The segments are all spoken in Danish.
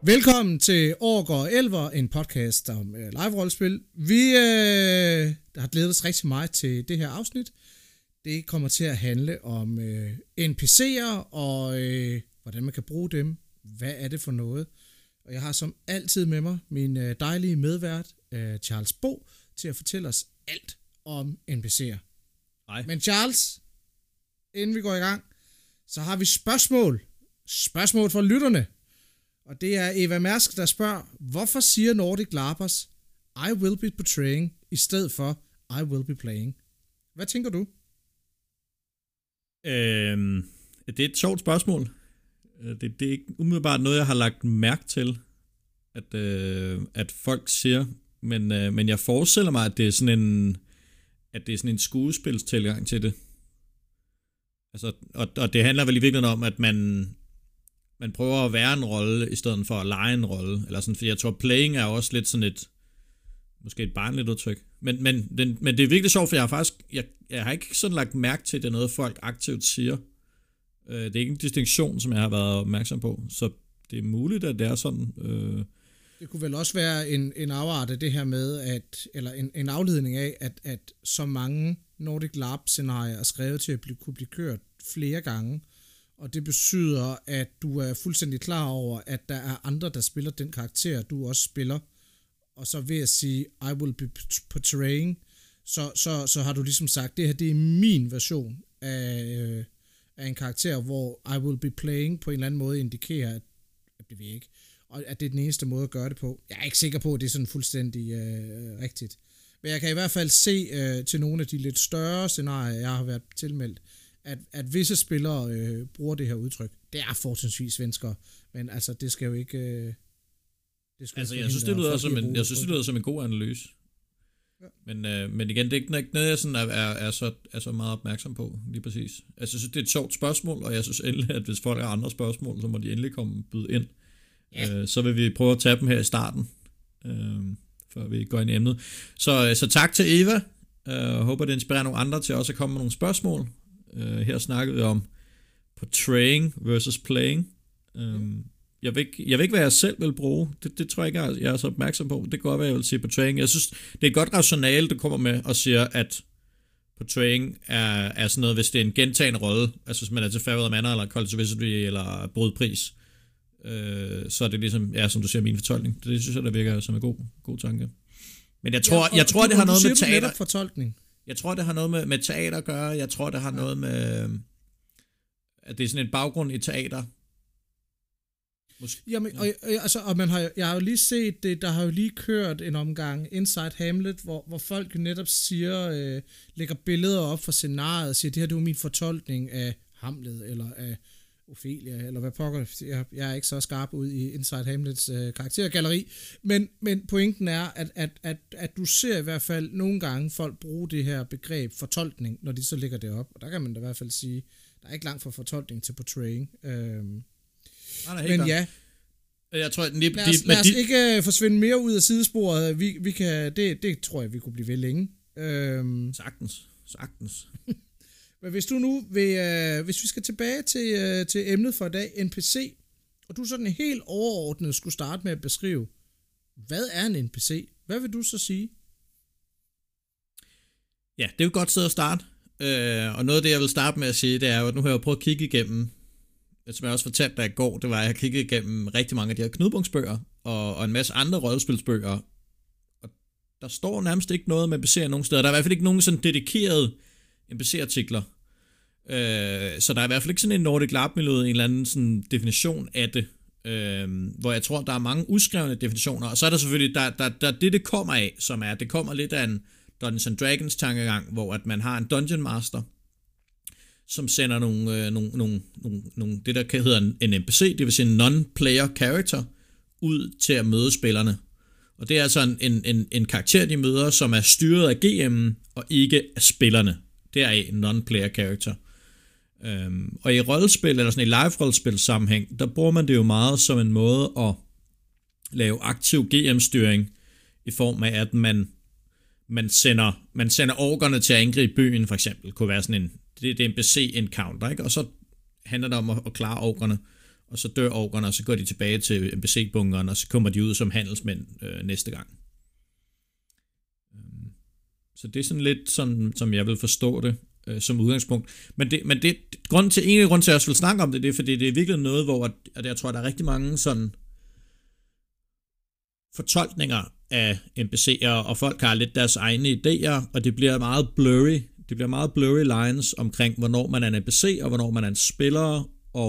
Velkommen til Ork og Elver, en podcast om live-rollespil. Vi har glædet os rigtig meget til det her afsnit. Det kommer til at handle om NPC'er og hvordan man kan bruge dem. Hvad er det for noget? Og jeg har som altid med mig min dejlige medvært, Charles Bo, til at fortælle os alt om NPC'er. Hej. Men Charles, inden vi går i gang, så har vi spørgsmål. Spørgsmål fra lytterne. Og det er Eva Mærsk, der spørger, hvorfor siger Nordic LARPers, I will be portraying, i stedet for, I will be playing? Hvad tænker du? Det er et sjovt spørgsmål. Det er ikke umiddelbart noget, jeg har lagt mærke til, at folk siger, men jeg forestiller mig, at det er sådan en skuespilstilgang til det. Altså, og det handler vel i virkeligheden om, at man prøver at være en rolle, i stedet for at lege en rolle. Eller sådan, fordi jeg tror, playing er også lidt sådan måske et barnligt udtryk. Men det er virkelig sjovt, for jeg har ikke sådan lagt mærke til, at det er noget, folk aktivt siger. Det er ikke en distinktion, som jeg har været opmærksom på. Så det er muligt, at det er sådan. Det kunne vel også være en afart af det her med, eller en afledning af, at så mange Nordic LARP-scenarier er skrevet til at kunne blive kørt flere gange. Og det betyder, at du er fuldstændig klar over, at der er andre, der spiller den karakter, du også spiller. Og så ved at sige, I will be portraying, så har du ligesom sagt, det her det er min version af en karakter, hvor I will be playing på en eller anden måde indikerer, at det vil ikke. Og at det er den eneste måde at gøre det på. Jeg er ikke sikker på, at det er sådan fuldstændig rigtigt. Men jeg kan i hvert fald se til nogle af de lidt større scenarier, jeg har været tilmeldt, at visse spillere bruger det her udtryk. Det er fortrinsvis svenskere, men altså det skal jo ikke... jeg synes det lyder som en god analyse. Ja. Men igen, det er ikke noget, jeg sådan er så meget opmærksom på, lige præcis. Altså, jeg synes, det er et sjovt spørgsmål, og jeg synes endelig, at hvis folk har andre spørgsmål, så må de endelig byde ind. Ja. Så vil vi prøve at tage dem her i starten, før vi går ind i emnet. Så tak til Eva. Håber, det inspirerer nogle andre til også at komme med nogle spørgsmål. Her snakkede vi om portraying versus playing. Jeg ved ikke, hvad jeg selv vil bruge. Det tror jeg ikke, jeg er så opmærksom på. Det kan godt være, jeg vil sige portraying. Jeg synes, det er et godt rationale, du kommer med og siger, at portraying er sådan noget, hvis det er en gentagende rolle. Altså, hvis man er til Farewell Manor, eller Call to Wizardry, eller Brudpris. Så er det ligesom, ja, som du siger, min fortolkning. Det synes jeg, der virker som en god tanke. Men jeg tror, det har noget med teater. Fortolkning. Jeg tror, det har noget med teater at gøre. Jeg tror, det har noget med, at det er sådan en baggrund i teater. Jamen, jeg har jo lige set det, der har jo lige kørt en omgang Inside Hamlet, hvor folk jo netop siger, lægger billeder op for scenariet og siger, det her det er min fortolkning af Hamlet, eller af Ophelia, eller hvad pokker. Jeg er ikke så skarp ud i Inside Hamlets karaktergalleri, men pointen er, at du ser i hvert fald nogle gange folk bruge det her begreb fortolkning, når de så lægger det op, og der kan man da i hvert fald sige, der er ikke langt fra fortolkning til portraying. Men ja, jeg tror, lad os ikke forsvinde mere ud af sidesporet. Vi kan, det tror jeg, vi kunne blive ved længe. Sagtens. Men hvis du nu hvis vi skal tilbage til emnet for i dag, NPC, og du sådan helt overordnet skulle starte med at beskrive, hvad er en NPC? Hvad vil du så sige? Ja, det er jo et godt sted at starte. Og noget af det, jeg vil starte med at sige, det er jo, at nu har jeg jo prøvet at kigge igennem, som jeg også fortalte dig i går, det var, at jeg kiggede igennem rigtig mange af de her knudepunktsbøger, og en masse andre rollespilsbøger, og der står nærmest ikke noget med NPC'er nogen steder. Der er i hvert fald ikke nogen sådan dedikerede NPC-artikler. Så der er i hvert fald ikke sådan en Nordic LARP-miljø, en eller anden sådan definition af det, hvor jeg tror, der er mange uskrevne definitioner, og så er der selvfølgelig, der det kommer af, som er, det kommer lidt af en Dungeons and Dragons tankegang, hvor at man har en Dungeon Master, som sender nogle det der hedder en NPC, det vil sige en non-player character, ud til at møde spillerne. Og det er altså en karakter, de møder, som er styret af GM'en, og ikke af spillerne. Det er en non-player character. Og i rollespil, eller sådan i live-rollespil sammenhæng, der bruger man det jo meget som en måde at lave aktiv GM-styring, i form af, at man sender orkerne til at angribe byen, for eksempel. Det kunne være sådan det er en NPC-encounter, ikke? Og så handler det om at klare orkerne. og så dør orkerne, og så går de tilbage til NPC-bunkeren, og så kommer de ud som handelsmænd næste gang. Så det er sådan lidt sådan, som jeg vil forstå det som udgangspunkt. Men grund til at jeg også vil snakke om det, det er, fordi det er virkelig noget, hvor at jeg tror, der er rigtig mange sådan fortolkninger af NPC'er, og folk har lidt deres egne idéer, og det bliver meget blurry. Det bliver meget blurry lines omkring, hvornår man er en NPC, og hvornår man er en spiller,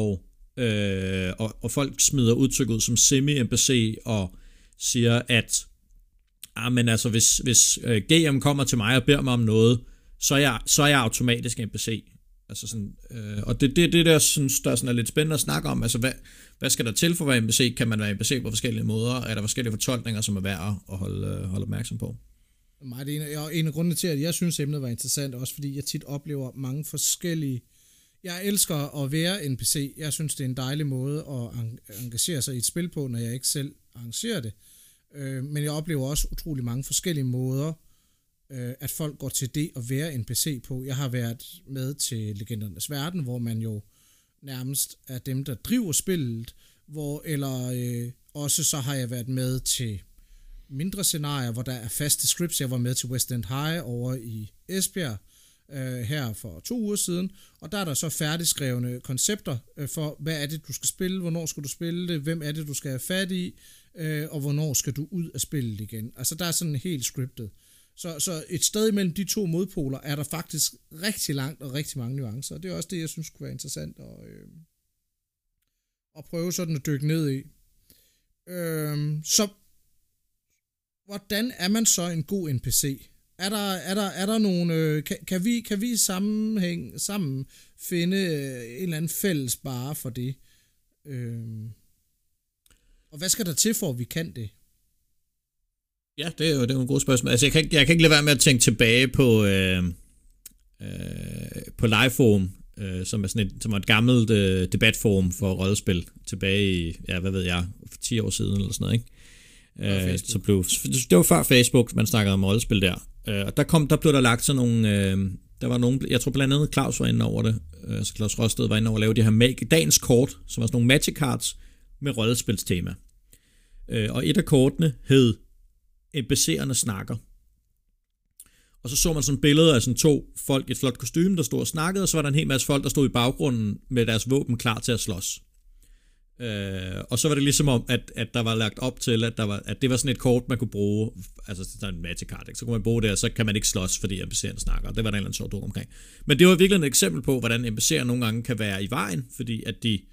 og folk smider udtryk ud som semi-NPC, og siger, at men altså, hvis GM kommer til mig og beder mig om noget, så er jeg automatisk NPC. Altså sådan, og det der, jeg synes, der sådan er lidt spændende at snakke om. Altså, hvad skal der til for at være NPC? Kan man være NPC på forskellige måder? Er der forskellige fortolkninger, som er værd at holde opmærksom på? Det er en af grundene til, at jeg synes, emnet var interessant, også fordi jeg tit oplever mange forskellige. Jeg elsker at være NPC. Jeg synes, det er en dejlig måde at engagere sig i et spil på, når jeg ikke selv arrangerer det. Men jeg oplever også utrolig mange forskellige måder, at folk går til det at være NPC på. Jeg har været med til Legendernes Verden, hvor man jo nærmest er dem, der driver spillet, også så har jeg været med til mindre scenarier, hvor der er faste scripts. Jeg var med til West End High over i Esbjerg her for 2 uger siden, og der er der så færdigskrevne koncepter for, hvad er det, du skal spille, hvornår skal du spille det, hvem er det, du skal have fat i, og hvornår skal du ud af spillet igen. Altså der er sådan helt scriptet. Så et sted imellem de to modpoler er der faktisk rigtig langt og rigtig mange nuancer. Det er også det, jeg synes kunne være interessant at prøve sådan at dykke ned i. Så hvordan er man så en god NPC? Er der nogle, kan vi sammen finde en eller anden fælles barre for det? Og hvad skal der til for, at vi kan det? Ja, det er jo en god spørgsmål. Altså, jeg kan ikke lade være med at tænke tilbage på Liveforum, som er som et gammelt debatforum for rollespil, tilbage i, hvad ved jeg, for 10 år siden eller sådan noget, ikke? Det var før Facebook, man snakkede om rollespil der. Og der blev der lagt sådan nogle, der var nogle, jeg tror blandt andet Claus var inde over det, så Claus Rosted var inde over at lave de her dagens kort, som var sådan nogle magic cards med rollespilstema. Og et af kortene hed NPC'erne snakker. Og så man sådan billeder af sådan 2 folk i et flot kostume, der stod og snakkede, og så var der en hel masse folk, der stod i baggrunden med deres våben klar til at slås. Og så var det ligesom om, at der var lagt op til, at det var sådan et kort, man kunne bruge, altså sådan en magic card, ikke? Så kunne man bruge det, og så kan man ikke slås, fordi NPC'erne snakker. Det var der en eller anden sjov omkring. Men det var virkelig et eksempel på, hvordan NPC'er nogle gange kan være i vejen, fordi at de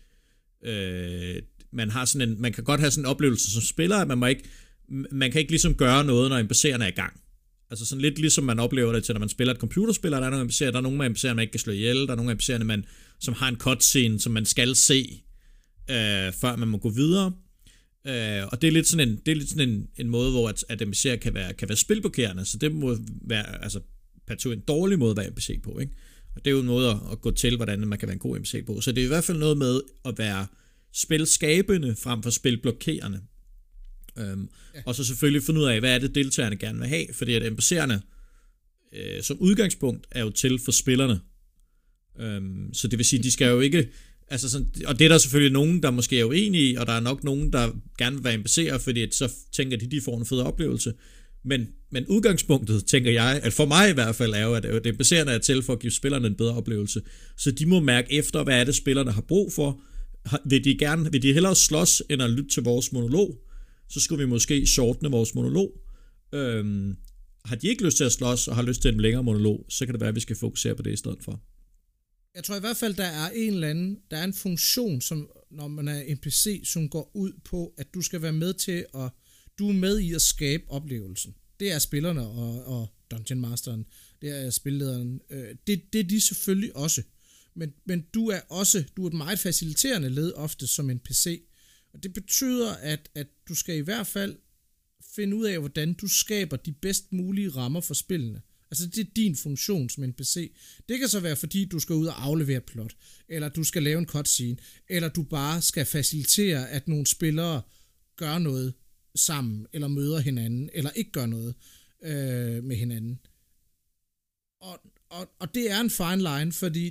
man kan godt have sådan en oplevelse som spiller, at man kan ikke ligesom gøre noget, når NPC'erne er i gang. Altså sådan lidt ligesom man oplever det til, når man spiller et computerspil, der er nogle NPC'er, der er nogle af NPC'erne, man ikke kan slå ihjel, der er nogle af NPC'erne, som har en cutscene, som man skal se, før man må gå videre. Og det er lidt sådan en måde, hvor at NPC'er kan være spilblokerende, så det må være, altså, en dårlig måde at være NPC på, ikke? Og det er jo en måde at gå til, hvordan man kan være en god NPC på. Så det er i hvert fald noget med at være spilskabende frem for spilblokerende. Og så selvfølgelig finde ud af, hvad er det deltagerne gerne vil have, fordi at NPC'erne som udgangspunkt er jo til for spillerne. Så det vil sige, de skal jo ikke, altså sådan, og det er der selvfølgelig nogen, der måske er uenige i, og der er nok nogen, der gerne vil være NPC'er, fordi at så tænker de får en fed oplevelse. Men udgangspunktet, tænker jeg, at for mig i hvert fald, er jo, at NPC'erne er til for at give spillerne en bedre oplevelse. Så de må mærke efter, hvad er det, spillerne har brug for. Vil de hellere slås, end at lytte til vores monolog? Så skulle vi måske shortne vores monolog. Har de ikke lyst til at slås, og har lyst til en længere monolog, så kan det være, at vi skal fokusere på det i stedet for. Jeg tror i hvert fald, der er en funktion, som, når man er NPC, som går ud på, at du skal være med til du er med i at skabe oplevelsen. Det er spillerne og Dungeon Masteren, det er spillederen. Det er de selvfølgelig også. Men du er et meget faciliterende led ofte som NPC. Og det betyder, at du skal i hvert fald finde ud af, hvordan du skaber de bedst mulige rammer for spillene. Altså det er din funktion som NPC. Det kan så være, fordi du skal ud og aflevere et plot, eller du skal lave en cutscene, eller du bare skal facilitere, at nogle spillere gør noget sammen, eller møder hinanden, eller ikke gør noget med hinanden. Og det er en fine line, fordi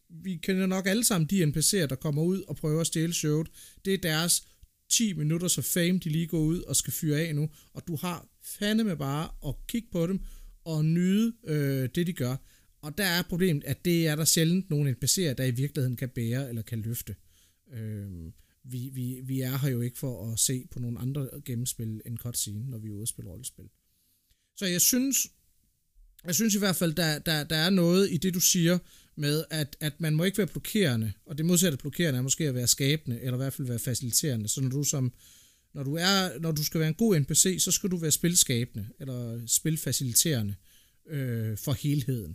vi kender nok alle sammen de NPC'er, der kommer ud og prøver at stjæle showet. Det er deres 10 minutter så fame, de lige går ud og skal fyre af nu, og du har fandeme bare at kigge på dem og nyde det, de gør. Og der er problemet, at det er der sjældent nogle NPC'er, der i virkeligheden kan bære eller kan løfte. Vi er her jo ikke for at se på nogle andre gennemspil end cutscene, når vi er ude at spille rollespil. Så jeg synes i hvert fald, der er noget i det, du siger, med at man må ikke være blokerende, og det modsatte blokerende er måske at være skabende, eller i hvert fald være faciliterende. Så når du skal være en god NPC, så skal du være spilskabende, eller spilfaciliterende for helheden.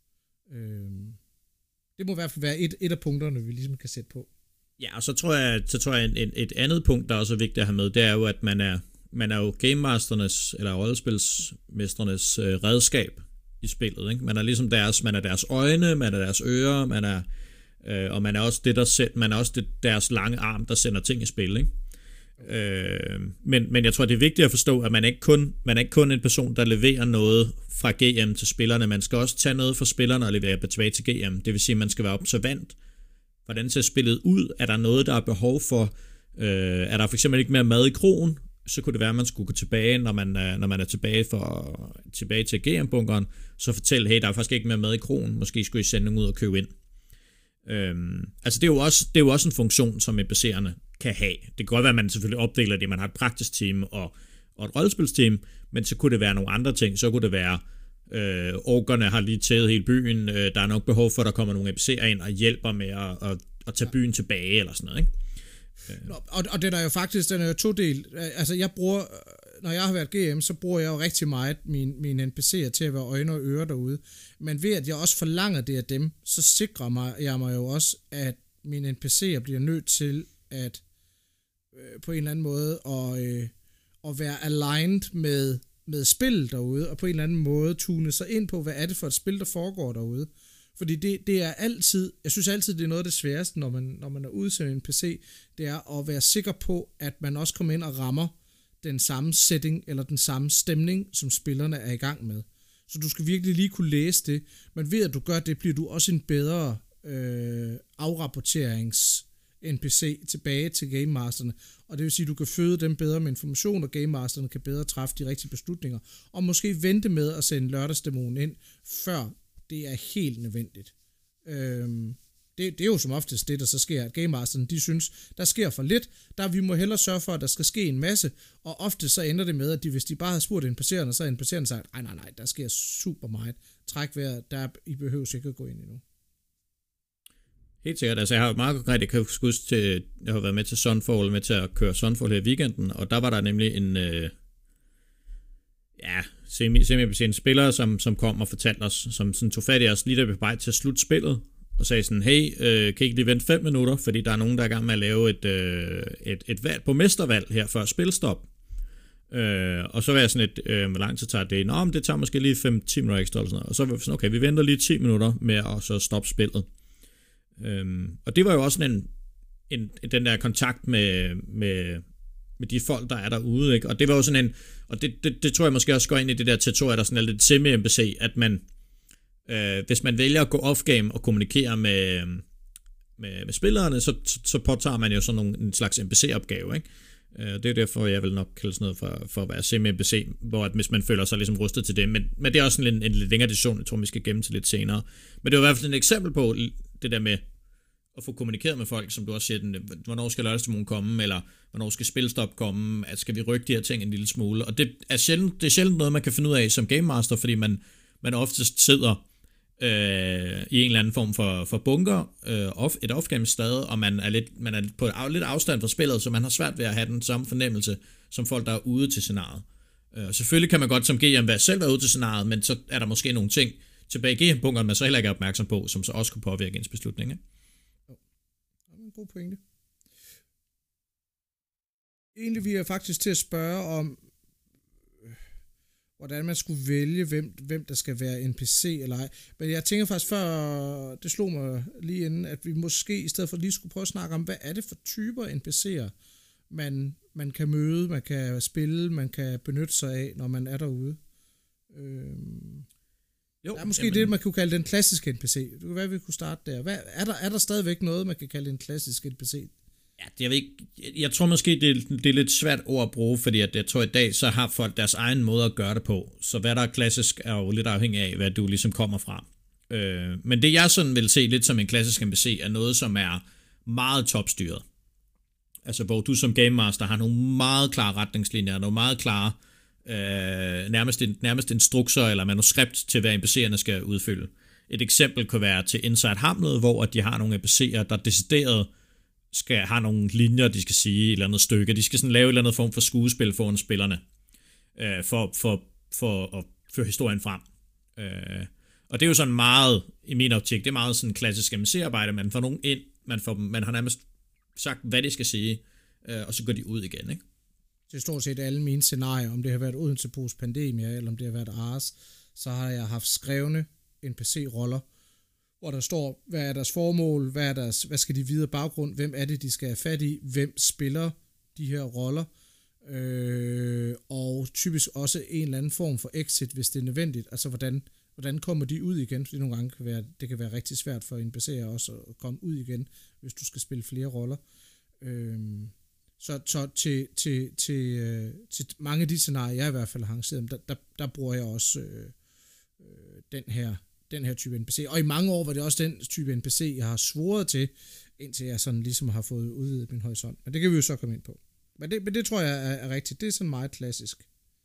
Det må i hvert fald være et af punkterne, vi ligesom kan sætte på. Ja, og så tror jeg et andet punkt, der også er vigtigt at have med, det er jo, at man er jo Game Masternes, eller rollespilsmesternes redskab i spillet, ikke? Man er ligesom deres øjne, man er deres ører, og man er også deres lange arm, der sender ting i spil, ikke? Men jeg tror, det er vigtigt at forstå, at man er ikke kun en person, der leverer noget fra GM til spillerne. Man skal også tage noget fra spillerne og levere tilbage til GM. Det vil sige, at man skal være observant. Hvordan ser spillet ud? Er der noget, der er behov for? Er der for eksempel ikke mere mad i krogen? Så kunne det være, at man skulle gå tilbage, når man er tilbage til GM-bunkeren, så fortælle, hey, der er faktisk ikke mere mad i krogen. Måske skulle I sende nogen ud og købe ind. Altså det er jo også en funktion, som NPC'erne kan have. Det kan godt være, at man selvfølgelig opdeler det, man har et praktisk team og et rollespilsteam, men så kunne det være nogle andre ting. Så kunne det være, orkerne har lige taget hele byen, der er nok behov for, at der kommer nogle NPC'er ind og hjælper med at tage byen tilbage, eller sådan noget, ikke? Og den er jo faktisk, den er jo todel. Altså jeg bruger, når jeg har været GM, så bruger jeg jo rigtig meget mine NPC'er til at være øjne og ører derude. Men ved at jeg også forlanger det af dem, så sikrer jeg mig jo også, at mine NPC'er bliver nødt til at på en eller anden måde at være aligned med spil derude, og på en eller anden måde tune sig ind på, hvad er det for et spil, der foregår derude. Fordi det er altid, jeg synes altid, det er noget af det sværeste, når man er ude til en PC, det er at være sikker på, at man også kommer ind og rammer den samme setting, eller den samme stemning, som spillerne er i gang med. Så du skal virkelig lige kunne læse det, men ved at du gør det, bliver du også en bedre afrapporterings-NPC tilbage til Game Masterne, og det vil sige, at du kan føde dem bedre med information, og Game Masterne kan bedre træffe de rigtige beslutninger, og måske vente med at sende lørdagsdemonen ind, før det er helt nødvendigt. Det er jo som oftest det, der så sker, at Game Masterne, de synes, der sker for lidt, der vi må hellere sørge for, at der skal ske en masse, og ofte så ender det med, at hvis de bare havde spurgt NPC'erne, så har NPC'erne sagt, nej, der sker super meget. Træk vejret, I behøver ikke at gå ind endnu. Helt sikkert, altså jeg har meget konkret, jeg kan huske til, jeg har været med til Sunfall, med til at køre Sunfall her i weekenden, og der var der nemlig en semi-betjent spiller, som kom og fortalte os, som sådan tog fat i os lige der ved vej til at slutte spillet, og sagde sådan, hey, kan I ikke lige vente 5 minutter, fordi der er nogen, der er i gang med at lave et valg på mestervalg her før spilstop. Og så var jeg sådan lidt, hvor lang tid tager det? Nå, men det tager måske lige 5-10 minutter ekstra, eller sådan noget. Og så var vi sådan, okay, vi venter lige 10 minutter med at så stoppe spillet. Og det var jo også sådan den der kontakt med de folk, der er derude, ikke? Og det var jo sådan og det tror jeg måske også går ind i det der territorium, der sådan er lidt semi-NPC, at man, hvis man vælger at gå off-game og kommunikere med spillerne, så påtager man jo sådan en slags NPC-opgave, ikke? Det er derfor, jeg vil nok kalde sådan noget for at være semi-NPC, hvor at hvis man føler sig ligesom rustet til det, men det er også sådan en lidt længere diskussion, jeg tror, vi skal gemme til lidt senere. Men det er i hvert fald et eksempel på det der med at få kommunikeret med folk, som du også siger, hvornår skal lørdagsdemonen komme, eller hvornår skal spilstop komme, at skal vi rykke de her ting en lille smule, og det er sjældent noget, man kan finde ud af som Game Master, fordi man oftest sidder i en eller anden form for bunker, et off-game sted, og man er på lidt afstand fra spillet, så man har svært ved at have den samme fornemmelse, som folk, der er ude til scenariet. Selvfølgelig kan man godt som GM selv være ude til scenariet, men så er der måske nogle ting tilbage i GM-bunkeren, man så heller ikke er opmærksom på, som så også kunne påvirke ens beslutning, ikke? En god pointe. Egentlig vil jeg faktisk til at spørge om, hvordan man skulle vælge, hvem der skal være NPC eller ej. Men jeg tænker faktisk før, det slog mig lige inden, at vi måske i stedet for lige skulle prøve at snakke om, hvad er det for typer NPC'er, man kan møde, man kan spille, man kan benytte sig af, når man er derude. Jo, der er måske det, man kunne kalde den klassiske NPC. Det kunne være, vi kunne starte der. Er der stadigvæk noget, man kan kalde en klassisk NPC? Ja, jeg tror måske, det er lidt svært ord at bruge, fordi at jeg tror, i dag, så har folk deres egen måde at gøre det på. Så hvad der er klassisk, er jo lidt afhængig af, hvad du ligesom kommer fra. Men det, jeg sådan vil se lidt som en klassisk NPC, er noget, som er meget topstyret. Altså, hvor du som Game Master har nogle meget klare retningslinjer, nogle meget klare nærmest instrukser eller manuskript til, hvad NPC'erne skal udfylde. Et eksempel kunne være til Inside Hamlet, hvor de har nogle NPC'er, der decideret skal have nogle linjer, de skal sige et eller andet stykke. De skal sådan lave et eller andet form for skuespil foran spillerne, for at føre historien frem. Og det er jo sådan meget, i min optik, det er meget sådan klassisk MC-arbejde. Man får nogen ind, man har nærmest sagt, hvad de skal sige, og så går de ud igen, ikke? Det er stort set alle mine scenarier, om det har været Odense Post Pandemia, eller om det har været Ars, så har jeg haft skrevne NPC-roller, hvor der står, hvad er deres formål, hvad skal de vide baggrund, hvem er det, de skal have fat i, hvem spiller de her roller, og typisk også en eller anden form for exit, hvis det er nødvendigt. Altså, hvordan kommer de ud igen? Fordi nogle gange det kan være rigtig svært for NPC'er også at komme ud igen, hvis du skal spille flere roller. Så til mange af de scenarier, jeg i hvert fald har arrangeret, der bruger jeg også den her type NPC. Og i mange år var det også den type NPC, jeg har svoret til, indtil jeg sådan ligesom har fået udvidet min horisont. Men det kan vi jo så komme ind på. Men det tror jeg er rigtigt. Det er sådan meget klassisk.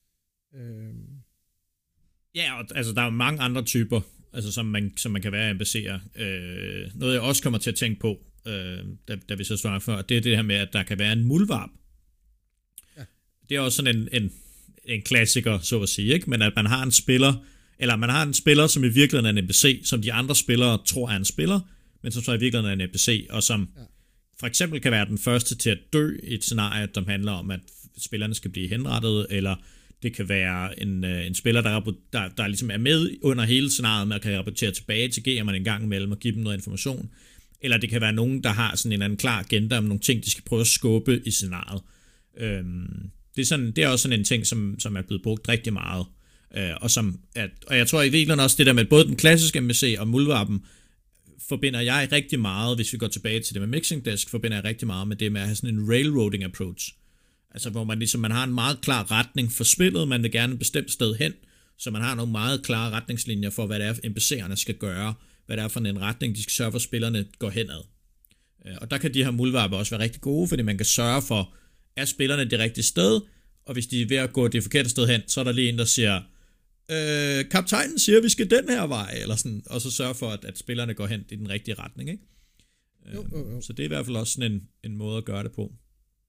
Ja, altså der er jo mange andre typer, altså som man kan være NPC'er. Noget jeg også kommer til at tænke på, da vi så snakker før, det er det her med, at der kan være en muldvarp. Ja. Det er også sådan en klassiker, så at sige, ikke? Men at man har en spiller, som i virkeligheden er en NPC, som de andre spillere tror er en spiller, men som så i virkeligheden er en NPC, og som for eksempel kan være den første til at dø i et scenarie, der handler om, at spillerne skal blive henrettet, eller det kan være en spiller, der ligesom er med under hele scenariet, med at kan rapportere tilbage til GM'erne en gang imellem og give dem noget information. Eller det kan være nogen, der har sådan en anden klar agenda om nogle ting, de skal prøve at skubbe i scenariet. Det er også sådan en ting, som er blevet brugt rigtig meget. Og jeg tror i virkeligheden også, det der med både den klassiske MVC og muldvarpen, forbinder jeg rigtig meget, hvis vi går tilbage til det med Mixing Desk, forbinder jeg rigtig meget med det med at have sådan en railroading approach. Altså hvor man har en meget klar retning for spillet, man vil gerne et bestemt sted hen, så man har nogle meget klare retningslinjer for, hvad det er, NPC'erne skal gøre, hvad det er for en retning, de skal sørge for, at spillerne går henad. Og der kan de her muldvarpe også være rigtig gode, fordi man kan sørge for, at spillerne det rigtige sted, og hvis de er ved at gå det forkerte sted hen, så er der lige en, der siger, kaptajnen siger, at vi skal den her vej, eller sådan, og så sørge for, at spillerne går hen i den rigtige retning, ikke? Jo. Så det er i hvert fald også sådan en måde at gøre det på.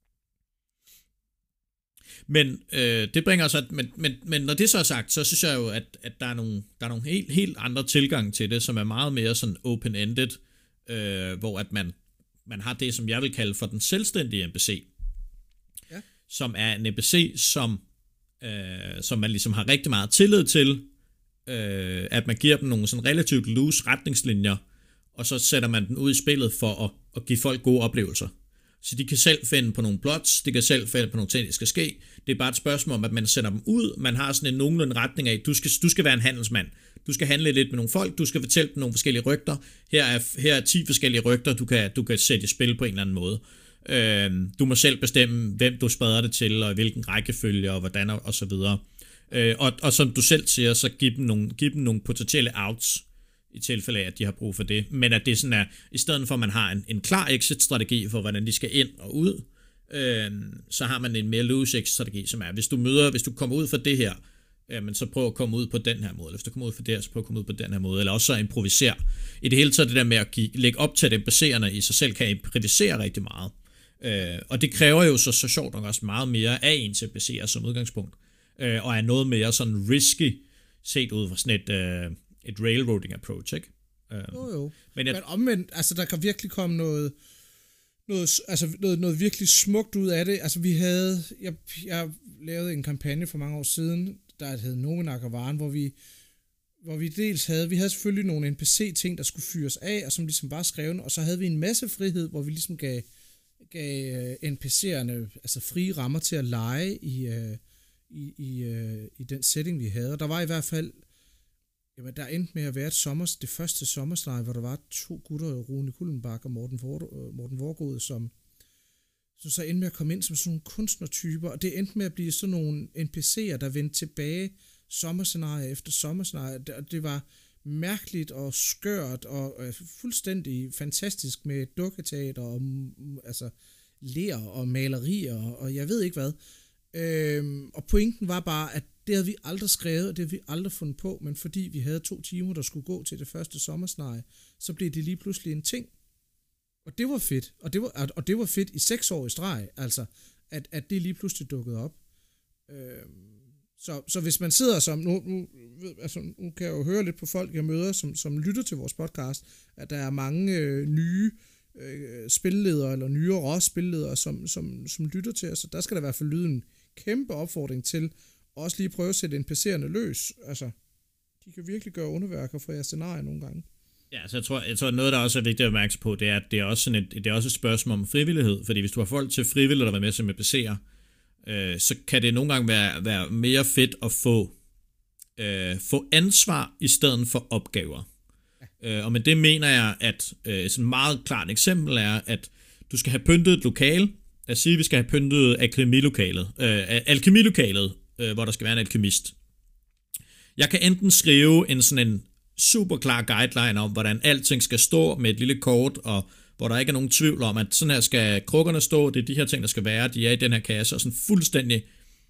Men det bringer os, men når det så er sagt, så synes jeg jo, at der er nogle helt andre tilgang til det, som er meget mere sådan open-ended, hvor at man har det, som jeg vil kalde for den selvstændige NPC, som er en NPC, som man ligesom har rigtig meget tillid til, at man giver dem nogle sådan relativt loose retningslinjer, og så sætter man den ud i spillet for at give folk gode oplevelser. Så de kan selv finde på nogle plots, de kan selv finde på nogle ting, der skal ske. Det er bare et spørgsmål om, at man sender dem ud. Man har sådan en nogenlunde retning af, du skal være en handelsmand. Du skal handle lidt med nogle folk, du skal fortælle dem nogle forskellige rygter. Her er 10 forskellige rygter, du kan sætte i spil på en eller anden måde. Du må selv bestemme, hvem du spreder det til, og hvilken rækkefølge, og hvordan, og så videre. Og som du selv siger, så giv dem nogle potentielle outs, i tilfælde af, at de har brug for det. Men at det sådan er, i stedet for at man har en klar exit-strategi for, hvordan de skal ind og ud, så har man en mere loose exit-strategi, som er, hvis du kommer ud for det her, men så prøv at komme ud på den her måde, eller hvis du kommer ud for det her, så prøv at komme ud på den her måde, eller også så improvisere. I det hele taget det der med at lægge op til, at NPC'erne i sig selv kan improvisere rigtig meget. Og det kræver jo så sjovt nok også meget mere af ens NPC'er som udgangspunkt, og er noget mere sådan risky, set ud fra sådan et railroading approach, ikke? Jo. Men omvendt, altså der kan virkelig komme noget virkelig smukt ud af det. Altså jeg lavede en kampagne for mange år siden, der hed Nomenak og Varen, hvor vi dels havde selvfølgelig nogle NPC-ting, der skulle fyres af, og som ligesom var skrevet, og så havde vi en masse frihed, hvor vi ligesom gav NPC'erne altså frie rammer til at lege i den setting, vi havde. Og der var i hvert fald Jamen, der endte med at være det første sommersleje, hvor der var 2 gutter, Rune Kullenbak og Morten Vorgod, som så endte med at komme ind som sådan nogle kunstnertyper, og det endte med at blive sådan nogle NPC'er, der vendte tilbage sommerscenarie efter sommerscenarie, og det var mærkeligt og skørt og fuldstændig fantastisk med dukketeater og altså ler og malerier og jeg ved ikke hvad. Og pointen var bare, at det havde vi aldrig skrevet, og det havde vi aldrig fundet på, men fordi vi havde 2 timer, der skulle gå til det første sommersleje, så blev det lige pludselig en ting. Og det var fedt. Og det var fedt i 6 år i streg, altså, at det lige pludselig dukkede op. Så hvis man sidder som, nu kan jeg jo høre lidt på folk, jeg møder, som lytter til vores podcast, at der er mange nye spilledere, eller nyere spilledere, som lytter til os, så der skal der i hvert fald lyde en kæmpe opfordring til, også lige prøve at sætte NPC'erne løs. Altså, de kan virkelig gøre underværker for jeres scenarie nogle gange. Ja, så jeg tror noget, der også er vigtigt at mærke på, det er, at det er også et spørgsmål om frivillighed, fordi hvis du har folk til frivillige, der vil med som NPC'er, så kan det nogle gange være mere fedt at få ansvar i stedet for opgaver. Ja. Og med det mener jeg, at sådan et meget klart eksempel er, at du skal have pyntet et lokale. Lad os sige, at vi skal have pyntet alkemilokalet, hvor der skal være en alkemist. Jeg kan enten skrive en super klar guideline om, hvordan alting skal stå med et lille kort, og hvor der ikke er nogen tvivl om, at sådan her skal krukkerne stå, det er de her ting, der skal være, de er i den her kasse, og sådan fuldstændig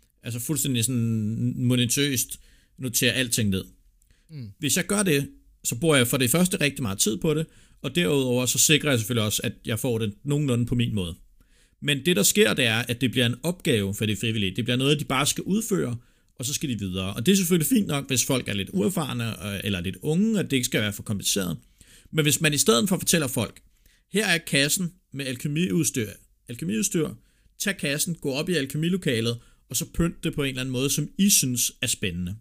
sådan monetøst notere alting ned. Hvis jeg gør det, så bruger jeg for det første rigtig meget tid på det, og derudover så sikrer jeg selvfølgelig også, at jeg får det nogenlunde på min måde. Men det der sker, det er, at det bliver en opgave for de frivillige. Det bliver noget, de bare skal udføre, og så skal de videre. Og det er selvfølgelig fint nok, hvis folk er lidt uerfarne eller lidt unge, og det ikke skal være for kompliceret. Men hvis man i stedet for fortæller folk, her er kassen med alkemiudstyr, tag kassen, gå op i alkemilokalet, og så pynt det på en eller anden måde, som I synes er spændende.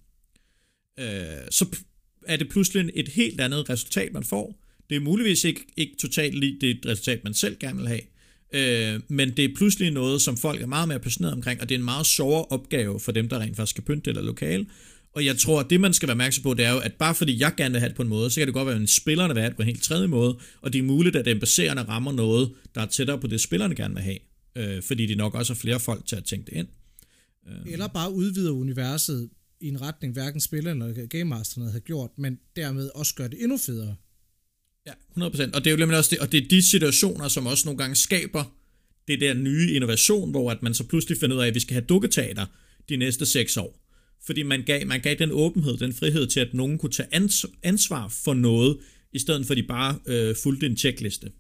Så er det pludselig et helt andet resultat, man får. Det er muligvis ikke totalt lige det resultat, man selv gerne vil have. Men det er pludselig noget, som folk er meget mere passioneret omkring, og det er en meget sjovere opgave for dem, der rent faktisk skal pynte eller lokale. Og jeg tror, at det man skal være opmærksom på, det er jo, at bare fordi jeg gerne vil have det på en måde, så kan det godt være, at spillerne vil have det på en helt tredje måde, og det er muligt, at NPC'erne rammer noget, der er tættere på det, spillerne gerne vil have, fordi de nok også har flere folk til at tænke det ind. Eller bare udvider universet i en retning, hverken spillerne eller Game Masterne havde gjort, men dermed også gør det endnu federe. Ja, 100%. Og det er jo nemlig også det, og det er de situationer, som også nogle gange skaber det der nye innovation, hvor at man så pludselig finder ud af, at vi skal have dukketeater de næste 6 år. Fordi man gav den åbenhed, den frihed til, at nogen kunne tage ansvar for noget, i stedet for at de bare fulgte en checkliste.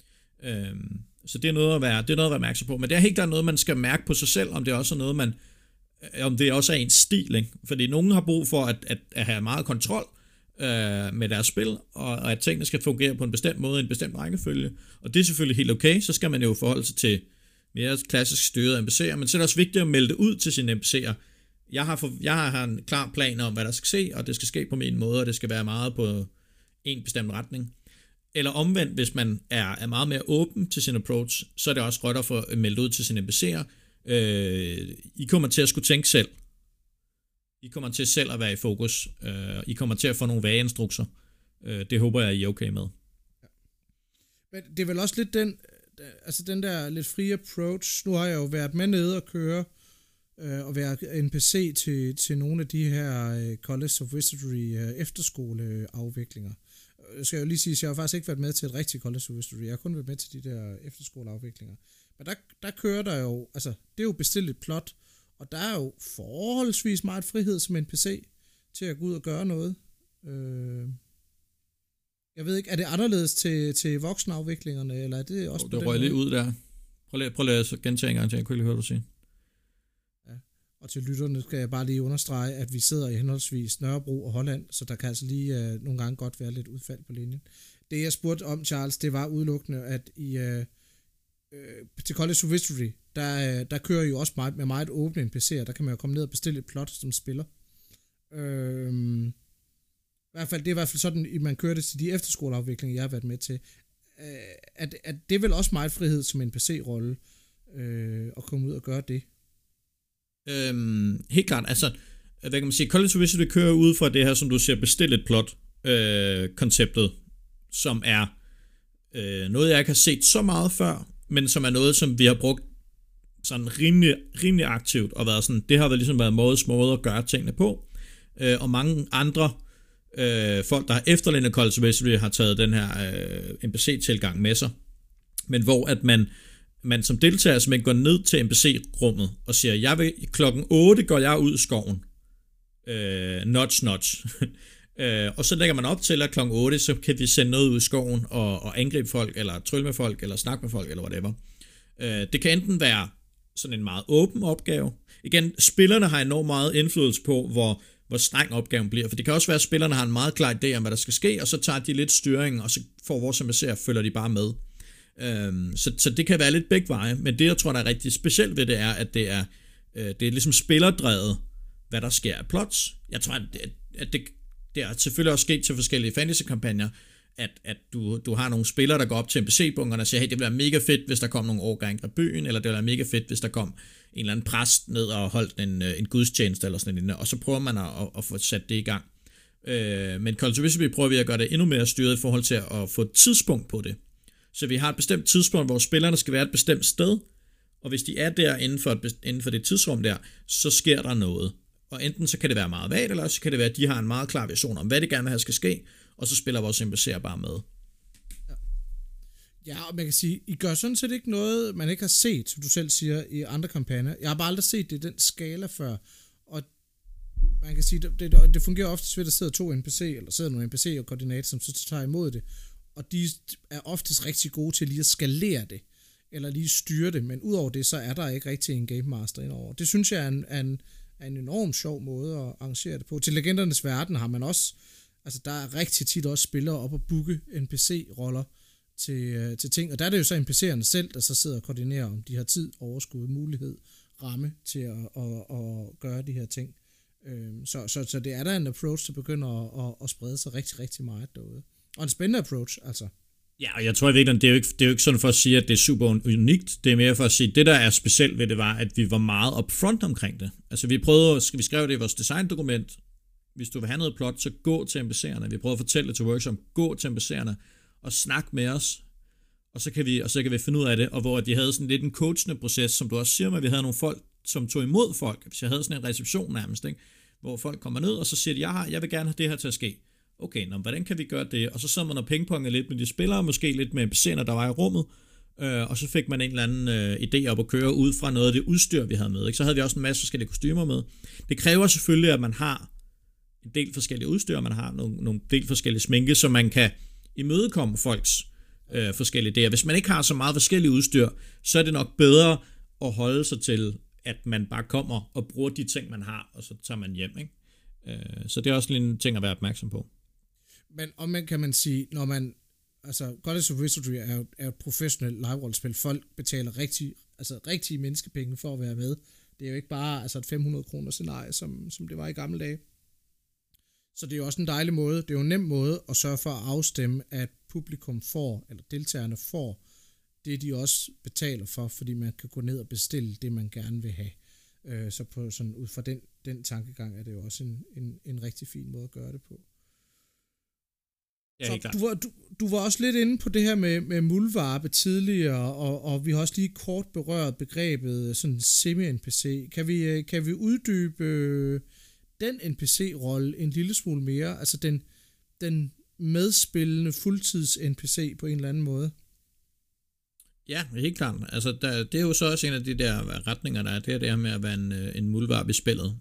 Så det er noget at være opmærksom på. Men det er helt klart noget, man skal mærke på sig selv, om det også er noget, om det også er ens stil. Ikke? Fordi nogen har brug for at have meget kontrol med deres spil, og at tingene skal fungere på en bestemt måde, en bestemt rækkefølge. Og det er selvfølgelig helt okay, så skal man jo forholde sig til mere klassisk styrede NPC'er, men så er det også vigtigt at melde det ud til sine NPC'er. Jeg har en klar plan om, hvad der skal ske, og det skal ske på min måde, og det skal være meget på en bestemt retning. Eller omvendt, hvis man er meget mere åben til sin approach, så er det også godt at få meldt ud til sine NPC'er. I kommer til at skulle tænke selv. I kommer til selv at være i fokus. I kommer til at få nogle vage instrukser. Det håber jeg, I er okay med. Ja. Men det er vel også lidt den der lidt frie approach. Nu har jeg jo været med nede og køre og være NPC til nogle af de her College of Wizardry efterskoleafviklinger. Jeg skal jo lige sige, at jeg har faktisk ikke været med til et rigtigt College of Wizardry. Jeg har kun været med til de der efterskoleafviklinger. Men der kører der jo, altså det er jo bestilt et plot, og der er jo forholdsvis meget frihed som NPC til at gå ud og gøre noget. Jeg ved ikke, er det anderledes til voksenafviklingerne, eller er det også på den måde? Det røg lidt ud der. Prøv lige at gentage en gang til, jeg kunne lige høre, du sige. Ja, og til lytterne skal jeg bare lige understrege, at vi sidder i henholdsvis Nørrebro og Holland, så der kan altså lige nogle gange godt være lidt udfald på linjen. Det jeg spurgte om, Charles, det var udelukkende, at til College of Wizardry, der kører jo også med meget åbne NPC'er, der kan man jo komme ned og bestille et plot som spiller. Det er i hvert fald sådan, at man kører det til de efterskoleafviklinger, jeg har været med til. At det er vel også meget frihed som NPC-rolle at komme ud og gøre det. Helt klart, altså hvad kan man sige, Call of Duty kører ud fra det her, som du siger, bestil et plot konceptet, som er noget, jeg ikke har set så meget før, men som er noget, som vi har brugt sådan rimelig aktivt, og været sådan, det har ligesom været måde at gøre tingene på, og mange andre folk, der har efterlignet Call of Duty, har taget den her NPC-tilgang med sig, men hvor at man som deltager simpelthen går ned til NPC-rummet og siger, jeg vil klokken 8 går jeg ud i skoven, notch. Og så lægger man op til, at klokken 8, så kan vi sende noget ud i skoven og angribe folk, eller trylle med folk, eller snakke med folk, eller whatever. Det kan enten være sådan en meget åben opgave. Igen, spillerne har enormt meget indflydelse på, hvor streng opgaven bliver, for det kan også være, at spillerne har en meget klar idé om, hvad der skal ske, og så tager de lidt styring, og så får vores MSC'er, følger de bare med. Så det kan være lidt begge veje, men det, jeg tror, der er rigtig specielt ved det, er, at det er ligesom spillerdrevet, hvad der sker af plots. Jeg tror, at det er selvfølgelig også sket til forskellige fantasy-kampagner, at du har nogle spillere, der går op til NPC-bunkerne og siger, hey, det bliver mega fedt, hvis der kom nogle årgang af byen, eller det bliver mega fedt, hvis der kom en eller anden præst ned og holdt en gudstjeneste, eller sådan noget, og så prøver man at få sat det i gang. Men Call of Duty prøver vi at gøre det endnu mere styret i forhold til at få et tidspunkt på det. Så vi har et bestemt tidspunkt, hvor spillerne skal være et bestemt sted, og hvis de er der inden for det tidsrum der, så sker der noget. Og enten så kan det være meget vagt, eller så kan det være, at de har en meget klar vision om, hvad de gerne vil have skal ske, og så spiller vores NPC'er bare med. Ja, og man kan sige, I gør sådan set ikke noget, man ikke har set, som du selv siger, i andre kampagner. Jeg har bare aldrig set det i den skala før, og man kan sige, det fungerer ofte ved, at der sidder to NPC, eller sidder nogle NPC og koordinator, som så tager imod det, og de er oftest rigtig gode til lige at skalere det, eller lige styre det, men udover det, så er der ikke rigtig en game master indover. Det synes jeg er en enorm sjov måde at arrangere det på. Til Legendernes Verden har man også, altså der er rigtig tit også spillere op og booke NPC-roller til ting, og der er det jo så NPC'erne selv, der så sidder og koordinerer, om de har tid, overskud, mulighed, ramme til at gøre de her ting. Så det er der en approach, der begynder at sprede sig rigtig, rigtig meget derude. Og en spændende approach, altså. Ja, og jeg tror virkelig, det er jo ikke sådan for at sige, at det er super unikt. Det er mere for at sige, at det der er specielt ved det var, at vi var meget upfront omkring det. Altså vi skrev det i vores designdokument. Hvis du vil have noget plot, så gå til NPC'erne. Vi prøvede at fortælle det til workshop. Gå til NPC'erne og snak med os. Og så kan vi finde ud af det. Og hvor de havde sådan lidt en coachende proces, som du også siger med, vi havde nogle folk, som tog imod folk. Hvis jeg havde sådan en reception nærmest, ikke? Hvor folk kommer ned, og så siger de, jeg vil gerne have det her til at ske. Okay, hvordan kan vi gøre det? Og så sad man og pingpongede lidt med de spillere, måske lidt med NPC'erne, der var i rummet, og så fik man en eller anden idé op at køre ud fra noget af det udstyr, vi havde med. Ikke? Så havde vi også en masse forskellige kostymer med. Det kræver selvfølgelig, at man har en del forskellige udstyr, man har nogle del forskellige sminke, så man kan imødekomme folks forskellige idéer. Hvis man ikke har så meget forskellige udstyr, så er det nok bedre at holde sig til, at man bare kommer og bruger de ting, man har, og så tager man hjem, ikke? Så det er også en ting at være opmærksom på. Men omvendt kan man sige, når man, altså Goddess of Wizardry er et professionelt live-rollespil. Folk betaler rigtige menneskepenge for at være med. Det er jo ikke bare et 500 kroner scenarie, som det var i gamle dage. Så det er jo også en dejlig måde, det er jo en nem måde at sørge for at afstemme, at publikum får, eller deltagerne får, det de også betaler for, fordi man kan gå ned og bestille det, man gerne vil have. Så på sådan, ud fra den tankegang er det jo også en rigtig fin måde at gøre det på. Ja, så du var også lidt inde på det her med muldvarpe tidligere, og vi har også lige kort berørt begrebet sådan semi-NPC. Kan vi uddybe den NPC-rolle en lille smule mere? Altså den medspillende fuldtids-NPC på en eller anden måde? Ja, helt klart. Altså, det er jo så også en af de der retninger, der er. Det er det her med at være en muldvarp i spillet.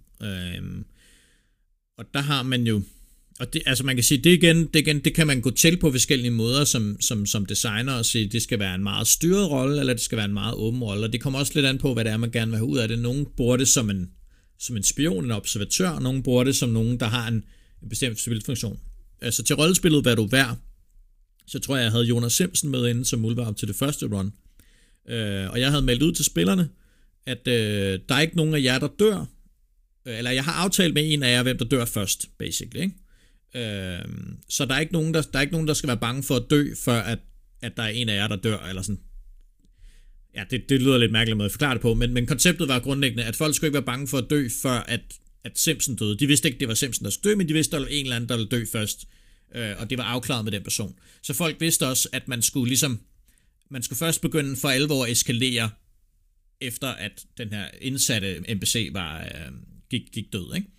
Og der har man jo... Og det, altså man kan sige, det kan man gå til på forskellige måder som designer og sige, det skal være en meget styret rolle, eller det skal være en meget åben rolle. Og det kommer også lidt an på, hvad det er, man gerne vil have ud af det. Nogle bruger det som en spion, en observatør, og nogle bruger det som nogen, der har en bestemt civilfunktion. Altså til rollespillet, hvad du værd, så tror jeg havde Jonas Simpson med inde som muldvarp til det første run. Og jeg havde meldt ud til spillerne, at der er ikke nogen af jer, der dør. Eller jeg har aftalt med en af jer, hvem der dør først, basically, ikke? Så der er ikke nogen, der skal være bange for at dø, før at der er en af jer, der dør, eller sådan. Ja, det lyder lidt mærkeligt måde at forklare det på, men konceptet var grundlæggende, at folk skulle ikke være bange for at dø, før at Simpson døde. De vidste ikke, det var Simpson, der skulle dø, men de vidste, at der var en eller anden, der ville dø først. Og det var afklaret med den person. Så folk vidste også, at man skulle først begynde for alvor at eskalere, efter at den her indsatte NPC gik død, ikke?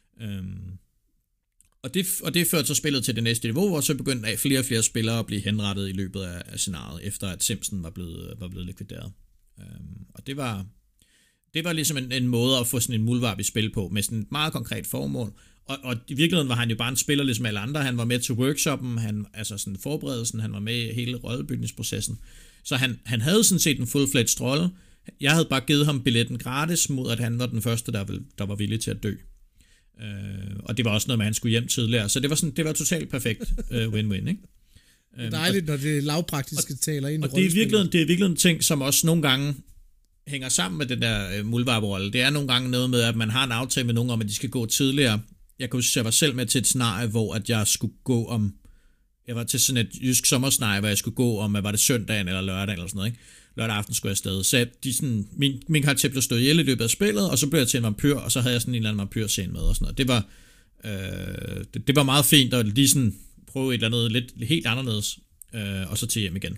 Og det førte så spillet til det næste niveau, hvor så begyndte flere og flere spillere at blive henrettet i løbet af scenariet, efter at Simpson var blevet likvideret. Og det var ligesom en måde at få sådan en muldvarp i spil på, med sådan et meget konkret formål. Og i virkeligheden var han jo bare en spiller ligesom alle andre. Han var med til workshoppen, altså sådan forberedelsen, han var med i hele rollebygningsprocessen. Så han havde sådan set en full-fledged rolle. Jeg havde bare givet ham billetten gratis, mod at han var den første, der var villig til at dø. Og det var også noget med, at han skulle hjem tidligere. Så det var totalt perfekt win-win, ikke? Det er dejligt, når det lavpraktiske taler ind i rollespillet. Og det er virkelig en ting, som også nogle gange hænger sammen med den der muldvarp-rolle. Det er nogle gange noget med, at man har en aftale med nogen om, at de skal gå tidligere. Jeg kan huske, at jeg var selv med til et scenarie, hvor at jeg skulle gå om... Jeg var til sådan et jysk sommerscenarie, hvor jeg skulle gå om, var det søndagen eller lørdag eller sådan noget, ikke? Lørdag aften skulle jeg afsted. Så min karakter blev stået ihjel i løbet af spillet, og så blev jeg til en vampyr, og så havde jeg sådan en eller anden vampyrscene med og sådan noget. Det var meget fint at lige sådan prøve et eller andet lidt helt anderledes, og så til hjem igen.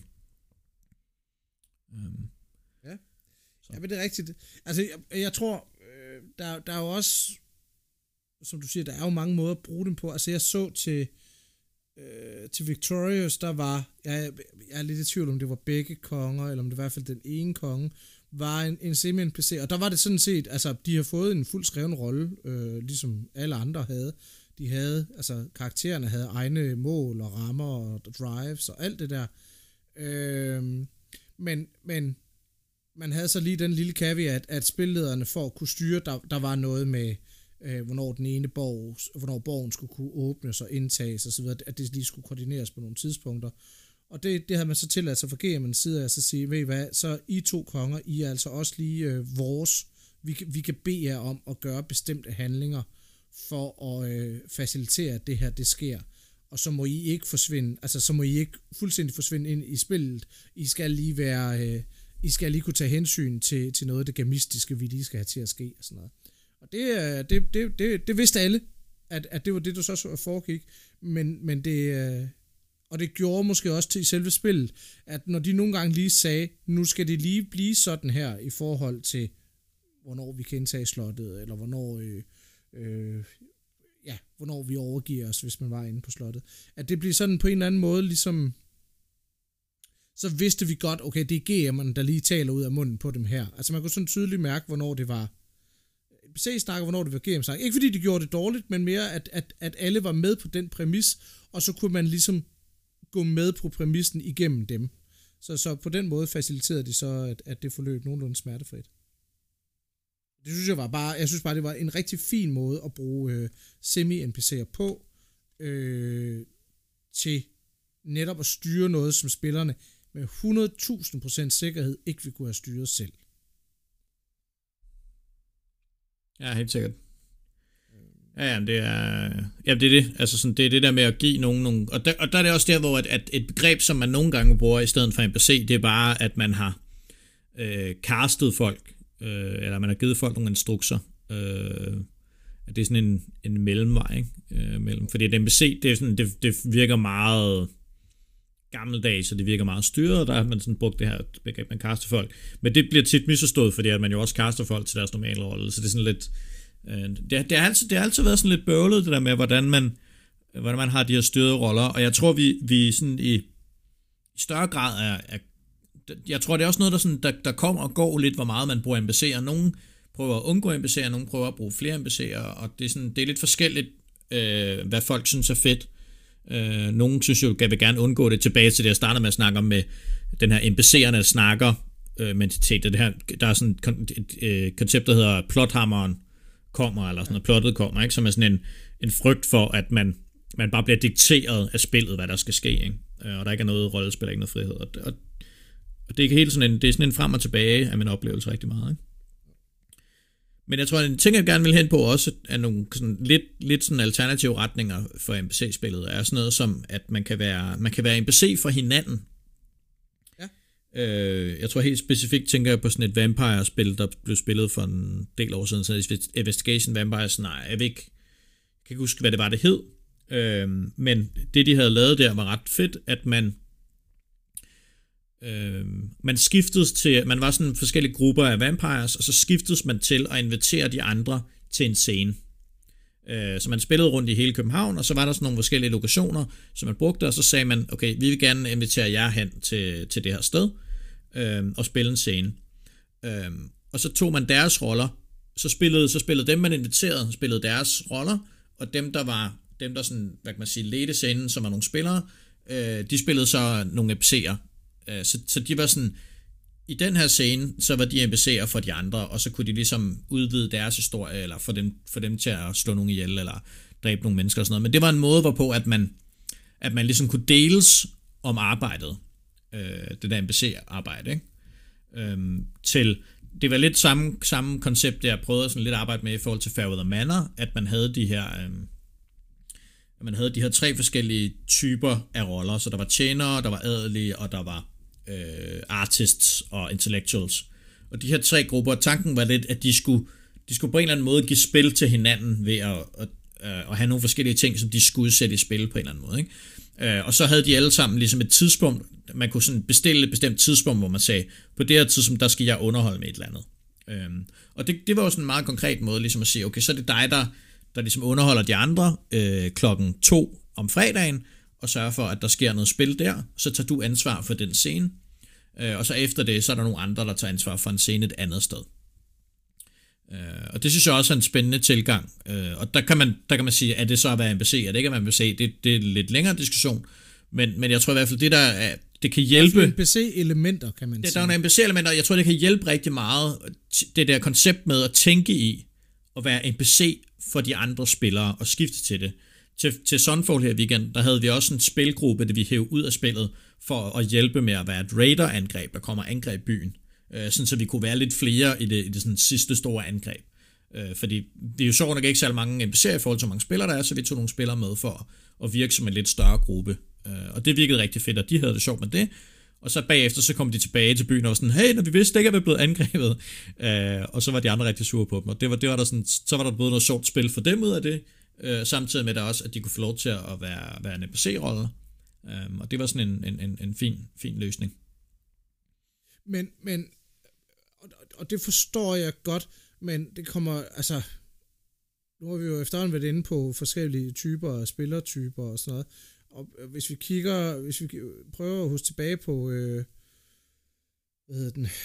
Ja, men det er rigtigt. Altså, jeg tror, der er jo også, som du siger, der er jo mange måder at bruge dem på. Altså, jeg så til Victorious, der var, jeg er lidt i tvivl, om det var begge konger, eller om det var i hvert fald den ene konge, var en semi-NPC, og der var det sådan set, altså, de har fået en fuldt skreven rolle, ligesom alle andre havde. De havde, altså, karaktererne havde egne mål og rammer og drives og alt det der. Men man havde så lige den lille caveat, at spillederne for at kunne styre, der var noget med, hvornår den ene hvornår borgen skulle kunne åbnes og indtages og så videre, at det lige skulle koordineres på nogle tidspunkter. Og det havde man så tilladt sig fra GM'ens side af, så sige, ved I hvad, så I to konger, I er altså også lige vores, vi kan bede jer om at gøre bestemte handlinger for at facilitere, at det her, det sker. Og så må I ikke forsvinde, altså så må I ikke fuldstændig forsvinde ind i spillet. I skal lige kunne tage hensyn til noget af det gamistiske, vi lige skal have til at ske og sådan noget. Og det vidste alle, at det var det, der så foregik, men det, og det gjorde måske også til selve spillet, at når de nogle gange lige sagde, nu skal det lige blive sådan her, i forhold til, hvornår vi kan indtage slottet, eller hvornår vi overgiver os, hvis man var inde på slottet, at det blev sådan på en eller anden måde, ligesom, så vidste vi godt, okay, det er GM'erne, der lige taler ud af munden på dem her. Altså man kunne sådan tydeligt mærke, hvornår det var NPC-snak, og hvornår det var GM-snak. Ikke fordi de gjorde det dårligt, men mere, at alle var med på den præmis, og så kunne man ligesom gå med på præmissen igennem dem. Så på den måde faciliterede de så, at det forløb nogenlunde smertefrit. Det synes jeg synes bare, det var en rigtig fin måde at bruge semi-NPC'er på, til netop at styre noget, som spillerne med 100.000% sikkerhed ikke vil kunne have styret selv. Ja, helt sikkert. Ja, det er det. Altså sådan, det er det der med at give nogen og der er det også der, hvor at et begreb, som man nogle gange bruger i stedet for NPC, det er bare, at man har castet folk, eller man har givet folk nogle instrukser. Det er sådan en mellemvej, ikke? Fordi et NPC, det er sådan, det virker meget gammeldags, så det virker meget styret, der har man sådan brugt det her begreb, man kaster folk. Men det bliver tit misforstået, fordi at man jo også kaster folk til deres normale rolle, så det er sådan lidt... Det har altid været sådan lidt bøvlet, det der med, hvordan man har de her styrede roller, og jeg tror, vi sådan i større grad er jeg tror, det er også noget, der kommer og går lidt, hvor meget man bruger NPC'er. Nogle prøver at undgå NPC'er, nogle prøver at bruge flere NPC'er, og det er lidt forskelligt, hvad folk synes er fedt. Nogle synes jo, vil gerne undgå det, tilbage til det, jeg startede med at snakke om, med den her NPC'erne snakker mentalitet. Det her, der er sådan et koncept, der hedder plothammeren kommer, eller sådan noget, plottet kommer, ikke? Som er sådan en frygt for, at man bare bliver dikteret af spillet, hvad der skal ske, ikke? Og der ikke er noget rollespil, ikke noget frihed. Og det er helt sådan det er sådan en frem og tilbage af min oplevelse rigtig meget, ikke? Men jeg tror, en ting, jeg gerne vil hen på også, er nogle sådan lidt sådan alternative retninger for NPC-spillet, er sådan noget som, at man kan være NPC for hinanden. Ja. Jeg tror helt specifikt tænker jeg på sådan et Vampire-spil, der blev spillet for en del år siden, så Investigation Vampires, nej, jeg kan ikke huske, hvad det var, det hed. Men det, de havde lavet der, var ret fedt, at man skiftedes til, man var sådan forskellige grupper af vampires, og så skiftedes man til at invitere de andre til en scene. Så man spillede rundt i hele København, og så var der sådan nogle forskellige lokationer, som man brugte, og så sagde man, okay, vi vil gerne invitere jer hen til det her sted, og spille en scene. Og så tog man deres roller, så spillede dem, man inviterede, spillede deres roller, og dem, der sådan, hvad kan man sige, ledte scenen, som var nogle spillere, de spillede så nogle NPC'er. Så de var sådan, i den her scene, så var de NPC'er for de andre, og så kunne de ligesom udvide deres historie, eller få dem til at slå nogen ihjel, eller dræbe nogle mennesker og sådan noget. Men det var en måde, hvorpå at man ligesom kunne deles om arbejdet, det der NPC-arbejde, ikke? Det var lidt samme koncept, jeg prøvede sådan lidt at arbejde med i forhold til Fairweather Manor, at man havde de her 3 forskellige typer af roller, så der var tjenere, der var adelige, og der var artists og intellectuals. Og de her 3 grupper, tanken var lidt, at de skulle på en eller anden måde give spil til hinanden ved at have nogle forskellige ting, som de skulle sætte i spil på en eller anden måde, ikke? Og så havde de alle sammen ligesom et tidspunkt, man kunne sådan bestille et bestemt tidspunkt, hvor man sagde, på det her tidspunkt, der skal jeg underholde med et eller andet. Og det var jo sådan en meget konkret måde ligesom at sige, okay, så er det dig, der ligesom underholder de andre 2:00 om fredagen, og sørger for, at der sker noget spil der, så tager du ansvar for den scene, og så efter det, så er der nogle andre, der tager ansvar for en scene et andet sted. Og det synes jeg også er en spændende tilgang, og der kan man sige, at det så at være NPC, er det ikke at være NPC, det er en lidt længere diskussion, men jeg tror i hvert fald, det kan hjælpe. NPC-elementer, kan man sige. Der er nogle NPC-elementer, og jeg tror, det kan hjælpe rigtig meget, det der koncept med at tænke i, at være NPC for de andre spillere, og skifte til det. Til Sunfall her weekend, der havde vi også en spilgruppe, det vi hævde ud af spillet, for at hjælpe med at være et raider-angreb, der kommer angreb byen. Sådan så vi kunne være lidt flere i det sådan sidste store angreb. Fordi vi er jo sjovt nok ikke særlig mange NPC'er i forhold til, hvor mange spillere der er, så vi tog nogle spillere med for at virke som en lidt større gruppe. Og det virkede rigtig fedt, og de havde det sjovt med det. Og så bagefter, så kom de tilbage til byen og var sådan, hey, når vi vidste ikke, at vi blev angrebet. Og så var de andre rigtig sure på dem. Og det var der sådan, så var der både noget sjovt spil for dem ud af det, samtidig med der også, at de kunne få lov til at være en NPC-rolle. Og det var sådan en fin løsning. Men og det forstår jeg godt, men det kommer, altså, nu har vi jo efterhånden været inde på forskellige typer af spillertyper og sådan noget, og hvis vi prøver at huske tilbage på, hvad hedder den,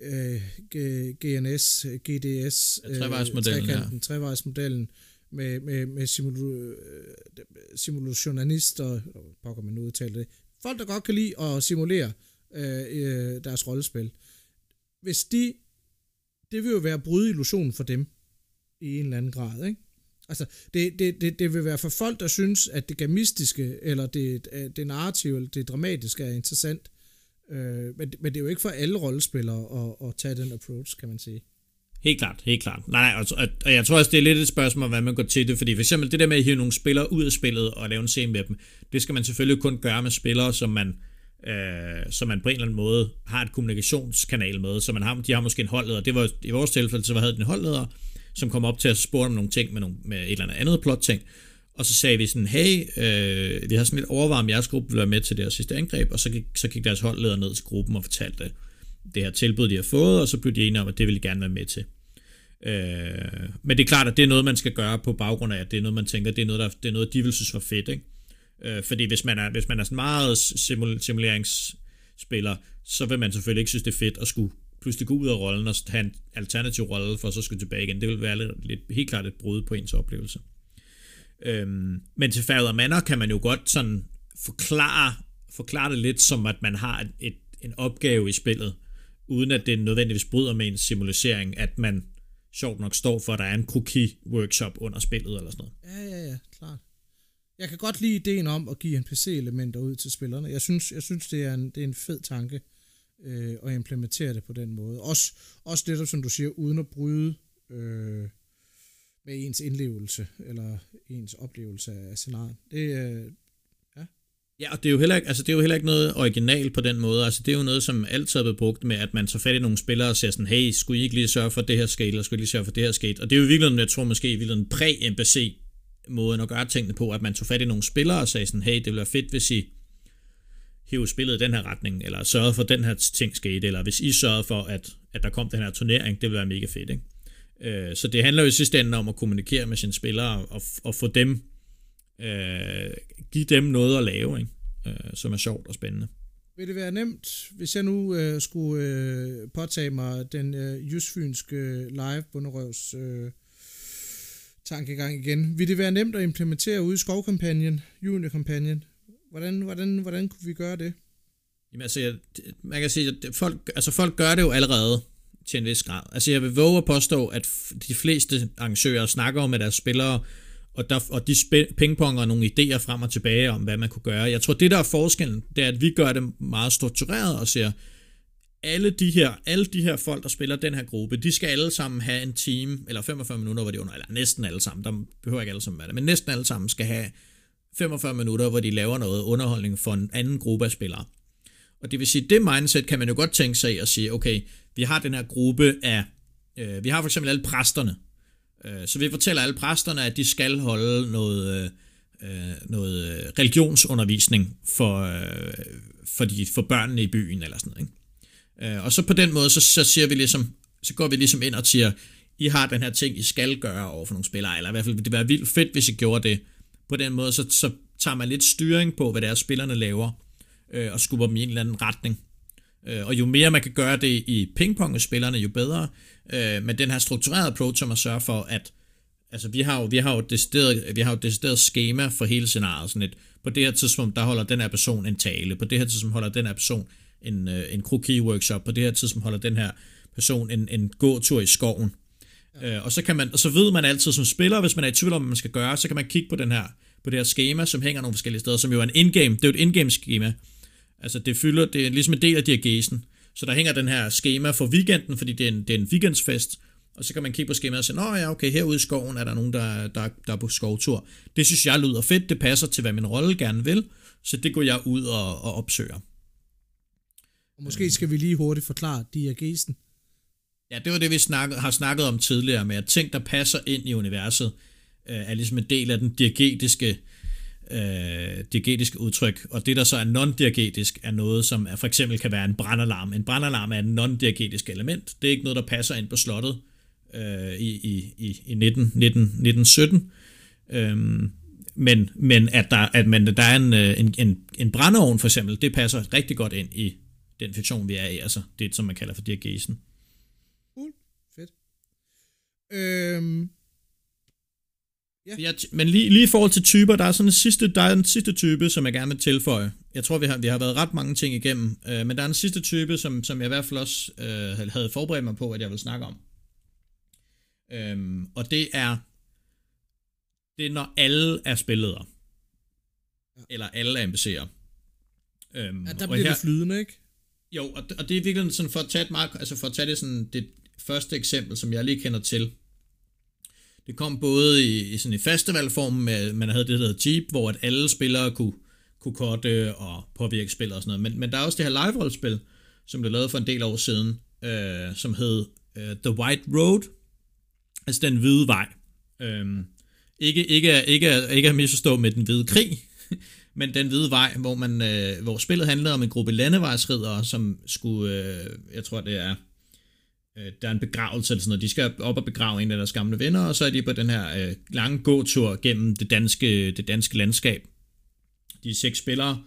GDS, trevejsmodellen, med simulationanister, pokker man nu udtale det, folk der godt kan lide at simulere deres rollespil. Hvis det vil jo være at bryde illusionen for dem i en eller anden grad, ikke? Altså, det vil være for folk, der synes, at det gamistiske, eller det narrative, eller det dramatiske er interessant, men det er jo ikke for alle rollespillere at tage den approach, kan man sige. Helt klart. Nej, og jeg tror også, det er lidt et spørgsmål, hvad man går til det, fordi for eksempel det der med at hive nogle spillere ud af spillet og lave en scene med dem, det skal man selvfølgelig kun gøre med spillere, som man på en eller anden måde har et kommunikationskanal med, så de har måske en holdleder. Det var i vores tilfælde, så havde den en holdleder, som kom op til at spørge om nogle ting med et eller andet plot-ting, og så sagde vi sådan, hey, vi har sådan lidt overvejet, om jeres gruppe vil være med til det her sidste angreb, og så gik deres holdleder ned til gruppen og fortalte det her tilbud, de har fået, og så blev de enige om, at det ville de gerne være med til. Men det er klart, at det er noget, man skal gøre på baggrund af, at det er noget, man tænker, det er noget, de vil synes var fedt, ikke? Fordi hvis man er sådan meget simuleringsspiller, så vil man selvfølgelig ikke synes, det er fedt at skulle pludselig gå ud af rollen og have en alternativ rolle, for så skulle tilbage igen. Det vil være helt klart et brud på ens oplevelse. Men til Fairweather Manor kan man jo godt sådan forklare det lidt som, at man har en opgave i spillet, uden at det nødvendigvis bryder med en simulering, at man sjovt nok står for, at der er en cookie-workshop under spillet eller sådan noget. Ja, klart. Jeg kan godt lide ideen om at give NPC-elementer ud til spillerne. Jeg synes det er en fed tanke at implementere det på den måde. Også det, som du siger, uden at bryde med ens indlevelse eller ens oplevelse af scenariet. Ja, og det er jo heller ikke noget originalt på den måde. Altså, det er jo noget, som altid er blevet brugt med, at man tager fat i nogle spillere og siger sådan, hey, skulle I ikke lige sørge for det her skate, eller skulle I lige sørge for det her skate? Og det er jo virkelig, jeg tror måske, virkelig præ-MPC måden at gøre tingene på, at man tog fat i nogle spillere og sagde sådan, hey, det ville være fedt, hvis I hive spillet i den her retning, eller sørgede for den her ting skete, eller hvis I sørgede for, at der kom den her turnering, det ville være mega fedt, ikke? Så det handler jo i sidste ende om at kommunikere med sine spillere, og få dem, give dem noget at lave, ikke? Som er sjovt og spændende. Vil det være nemt, hvis jeg nu skulle påtage mig den jysfynske live bunderøvs tankegang igen? Vil det være nemt at implementere ude i skovkampagnen, juniorkampagnen? Hvordan kunne vi gøre det? Jamen altså, man kan sige, at folk gør det jo allerede til en vis grad. Altså jeg vil våge at påstå, at de fleste arrangører snakker om med deres spillere, og de pingponger nogle idéer frem og tilbage om, hvad man kunne gøre. Jeg tror, det der er forskellen, det er, at vi gør det meget struktureret og siger, alle de her folk, der spiller den her gruppe, de skal alle sammen have en time, eller 45 minutter, hvor de eller næsten alle sammen, der behøver ikke alle sammen være det, men næsten alle sammen skal have 45 minutter, hvor de laver noget underholdning for en anden gruppe af spillere. Og det vil sige, det mindset kan man jo godt tænke sig og sige, okay, vi har den her gruppe af, vi har for eksempel alle præsterne, så vi fortæller alle præsterne, at de skal holde noget religionsundervisning for børnene i byen, eller sådan noget, ikke? Og så på den måde, så siger vi ligesom, så går vi ligesom ind og siger, I har den her ting, I skal gøre over for nogle spillere, eller i hvert fald vil det være vildt fedt, hvis I gjorde det. På den måde, så tager man lidt styring på, hvad deres spillerne laver, og skubber dem i en eller anden retning. Og jo mere man kan gøre det i pingpong med spillerne, jo bedre. Men den her strukturerede approach, som at sørge for, at altså vi har jo et decideret schema for hele scenariet. Sådan et, på det her tidspunkt, der holder den her person en tale. På det her tidspunkt holder den her person en kroki-workshop. På det her tidspunkt holder den her person en gåtur i skoven. Ja. Og så ved man altid som spiller, hvis man er i tvivl om, hvad man skal gøre, så kan man kigge på det her schema, som hænger nogle forskellige steder, som jo er en in-game. Det er jo et in-game schema. Altså det er ligesom en del af diagesen. Så der hænger den her schema for weekenden, fordi det er en weekendsfest. Og så kan man kigge på skemaet og sige, nå ja, okay, herude i skoven er der nogen, der er på skovtur. Det synes jeg lyder fedt, det passer til, hvad min rolle gerne vil, så det går jeg ud og opsøger. Og måske skal vi lige hurtigt forklare diagesen. Ja, det var det, vi har snakket om tidligere, med at ting, der passer ind i universet, er ligesom en del af den diagetiske udtryk, og det der så er non-diagetisk er noget, som for eksempel kan være en brandalarm. En brandalarm er et non-diagetisk element. Det er ikke noget, der passer ind på slottet i 1917. Men at der er en brændeovn for eksempel, det passer rigtig godt ind i den fiktion, vi er i, altså det, som man kalder for diagesen. Cool. Fedt. Ja. Men lige i forhold til typer, der er en sidste type, som jeg gerne vil tilføje. Jeg tror, vi har været ret mange ting igennem, men der er en sidste type, som jeg i hvert fald også havde forberedt mig på, at jeg vil snakke om. Og det er når alle er spilledere. Eller alle er NPC'er. Der bliver det flydende, ikke? Jo, og det er virkelig sådan, for at tage det sådan, det første eksempel, som jeg lige kender til. Det kom både i sådan en festivalform, man havde det, der hedder Jeep, hvor at alle spillere kunne korte og påvirke spillet og sådan noget. Men der er også det her live-rollespil, som blev lavet for en del år siden, som hed The White Road, altså den hvide vej. Ikke at misforstå med den hvide krig, men den hvide vej, hvor spillet handlede om en gruppe landevejsriddere, som skulle, jeg tror det er, der er en begravelse eller sådan noget. De skal op og begrave en af deres gamle venner, og så er de på den her lange gåtur gennem det danske landskab. De er 6 spillere,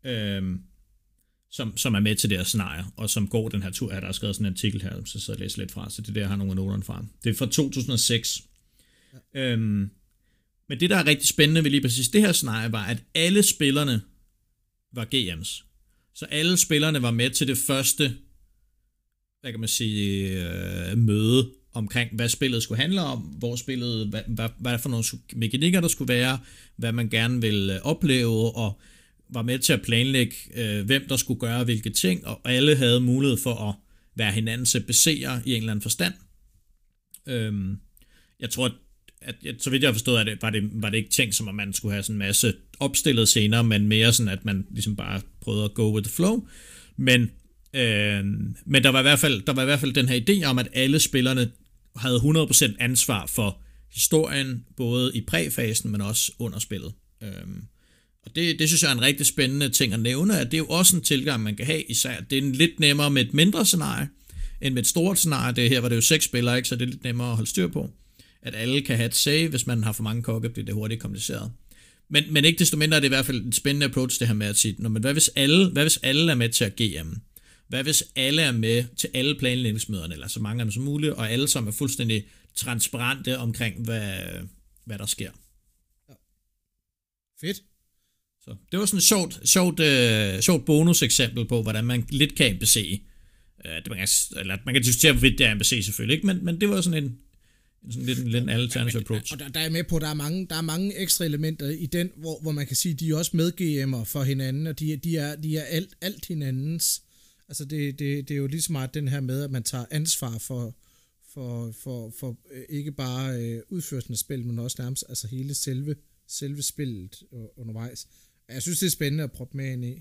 som er med til det her scenarie, og som går den her tur. Der er skrevet sådan en artikel her, så sidder jeg og læser lidt fra, så det der jeg har nogle af noterne fra. Det er fra 2006. Ja. Men det, der er rigtig spændende ved lige præcis det her scenarie, var, at alle spillerne var GM's. Så alle spillerne var med til det første, hvad kan man sige, møde omkring, hvad spillet skulle handle om, hvor spillet, hvad for nogle mekanikker der skulle være, hvad man gerne ville opleve, og var med til at planlægge, hvem der skulle gøre hvilke ting, og alle havde mulighed for at være hinandens NPC'er i en eller anden forstand. Jeg tror, så vidt jeg har forstået, var det ikke tænkt som, at man skulle have sådan en masse opstillede scener, men mere sådan, at man ligesom bare prøvede at go with the flow. Men der var i hvert fald den her idé om, at alle spillerne havde 100% ansvar for historien, både i præfasen, men også under spillet. Og det synes jeg er en rigtig spændende ting at nævne, at det er jo også en tilgang, man kan have, især det er lidt nemmere med et mindre scenarie, end med et stort scenarie. Det her var det jo 6 spillere, ikke? Så det er lidt nemmere at holde styr på. At alle kan have et save, hvis man har for mange kokke, bliver det hurtigt kompliceret. Men ikke desto mindre er det i hvert fald en spændende approach, det her med at sige, men hvad hvis alle er med til at GM? Hvad hvis alle er med til alle planlægningsmøderne, eller så mange af dem som muligt, og alle som er fuldstændig transparente omkring, hvad der sker? Ja. Fedt. Så det var sådan et sjovt bonuseksempel på, hvordan man lidt kan NPC. Man kan diskutere, hvorvidt det er NPC selvfølgelig ikke, men det var sådan en lidt alternative approach. Og der er med på, der er mange ekstra elementer i den, hvor man kan sige, de er også med GM'er for hinanden, og de er alt hinandens. Altså det er jo lige så meget den her med, at man tager ansvar for ikke bare udførelsen af spil, men også nærmest altså hele selve spillet undervejs. Jeg synes, det er spændende at proppe med ind i.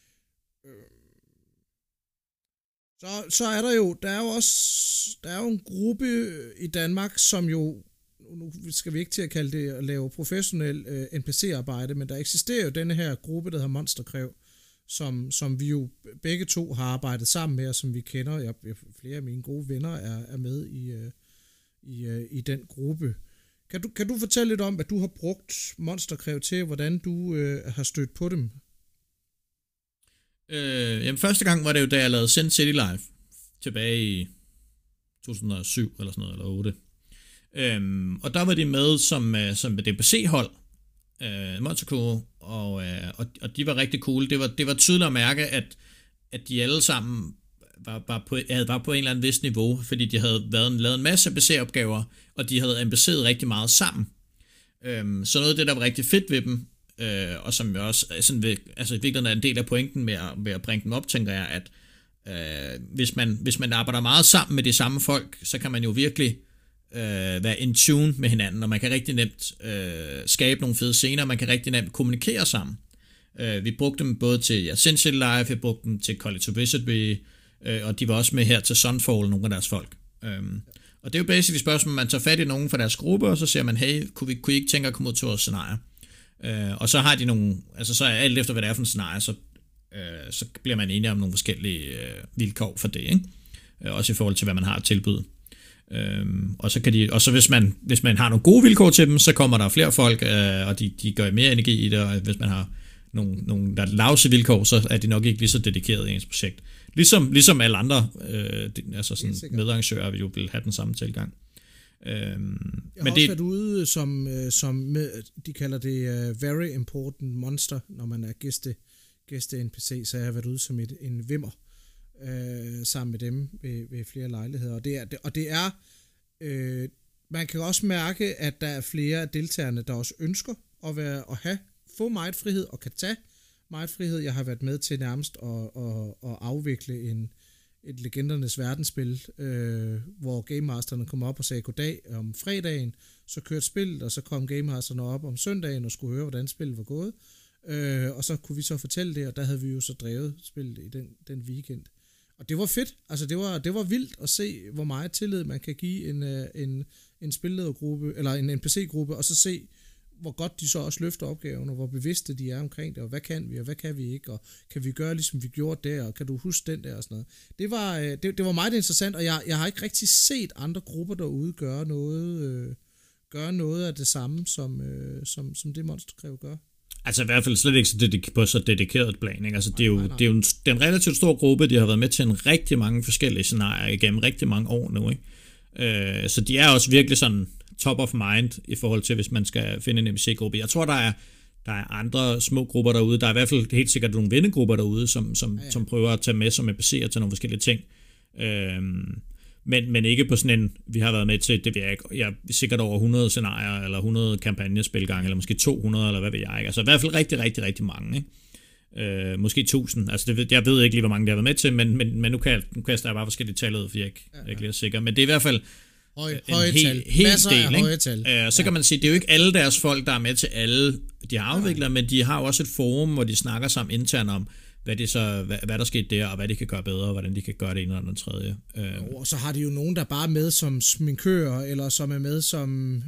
Så er der er jo en gruppe i Danmark, som jo, nu skal vi ikke til at kalde det at lave professionel NPC-arbejde, men der eksisterer jo denne her gruppe, der hedder Monsterkræv, som vi jo begge to har arbejdet sammen med, og som vi kender. Flere af mine gode venner er med i den gruppe. Kan du fortælle lidt om, hvad du har brugt Monsterkræv til, hvordan du har stødt på dem? Jamen første gang var det jo, da jeg lavede Sin City Live, tilbage i 2007 eller sådan noget, eller 8. Og der var de med som et NPC-hold, Monsterkræv, og de var rigtig cool. Det var tydeligt at mærke, at de alle sammen var på en eller anden vis niveau, fordi de havde lavet en masse NPC-opgaver, og de havde NPC'et rigtig meget sammen. Så noget af det, der var rigtig fedt ved dem, og som jeg også sådan i virkeligheden er en del af pointen med at bringe dem op, tænker jeg, at hvis man arbejder meget sammen med de samme folk, så kan man jo virkelig være in tune med hinanden, og man kan rigtig nemt skabe nogle fede scener, man kan rigtig nemt kommunikere sammen. Vi brugte dem både til Sin City Live, vi brugte dem til Call It to Wizardry, og de var også med her til Sunfall, nogle af deres folk. Og det er jo basically spørgsmål, man tager fat i nogen fra deres gruppe, og så siger man, hey, kunne I ikke tænke at komme ud til vores scenarie? Og så har de nogle, altså så er alt efter, hvad det er for en scenarie, så bliver man enige om nogle forskellige vilkår for det, ikke? Også i forhold til, hvad man har at tilbyde. Og så kan de, og så hvis man har nogle gode vilkår til dem, så kommer der flere folk, og de gør mere energi i det, og hvis man har nogle der lavse vilkår, så er de nok ikke lige så dedikeret i ens projekt. Ligesom alle andre altså sådan medarrangører vil jo vil have den samme tilgang. Jeg har også været ude som de kalder det very important monster, når man er gæste NPC, så jeg har været ude som en vimmer sammen med dem ved flere lejligheder, og det er man kan også mærke, at der er flere af deltagerne, der også ønsker at få meget frihed og kan tage meget frihed. Jeg har været med til nærmest at afvikle et legendernes verdensspil, hvor Game Masterne kom op og sagde goddag om fredagen, så kørte spillet, og så kom Game Masterne op om søndagen og skulle høre, hvordan spillet var gået, og så kunne vi så fortælle det, og der havde vi jo så drevet spillet i den weekend. Og det var fedt, altså det var vildt at se, hvor meget tillid man kan give en spilledergruppe, eller en NPC-gruppe, og så se, hvor godt de så også løfter opgaven, og hvor bevidste de er omkring det, og hvad kan vi, og hvad kan vi ikke, og kan vi gøre ligesom vi gjorde der, og kan du huske den der, og sådan noget. Det var meget interessant, og jeg har ikke rigtig set andre grupper derude gøre noget af det samme, som det Monsterkræv gør. Altså i hvert fald slet ikke på så dedikeret plan, ikke? Altså det er jo det er en relativt stor gruppe, de har været med til en rigtig mange forskellige scenarier igennem rigtig mange år nu, ikke? Så de er også virkelig sådan top of mind i forhold til, hvis man skal finde en NPC-gruppe. Jeg tror, der er andre små grupper derude. Der er i hvert fald helt sikkert nogle vennegrupper derude, som prøver at tage med som NPC'er til nogle forskellige ting. Men ikke på sådan en, vi har været med til, det ved jeg ikke, jeg er sikkert over 100 scenarier, eller 100 kampagnespilgange, eller måske 200, eller hvad ved jeg ikke. Altså i hvert fald rigtig, rigtig, rigtig mange, ikke? Måske 1000. Altså jeg ved ikke lige, hvor mange der har været med til, men nu kan jeg starte bare forskellige tal ud, for jeg er ikke lige sikker. Men det er i hvert fald Høje hel masser del. Af høje tal. Så kan man sige, det er jo ikke alle deres folk, der er med til alle de her afviklere, men de har jo også et forum, hvor de snakker sammen internt om, hvad der skete der, og hvad de kan gøre bedre, og hvordan de kan gøre det ene eller andet tredje. Og så har de jo nogen, der bare er med som sminkører, eller som er med som,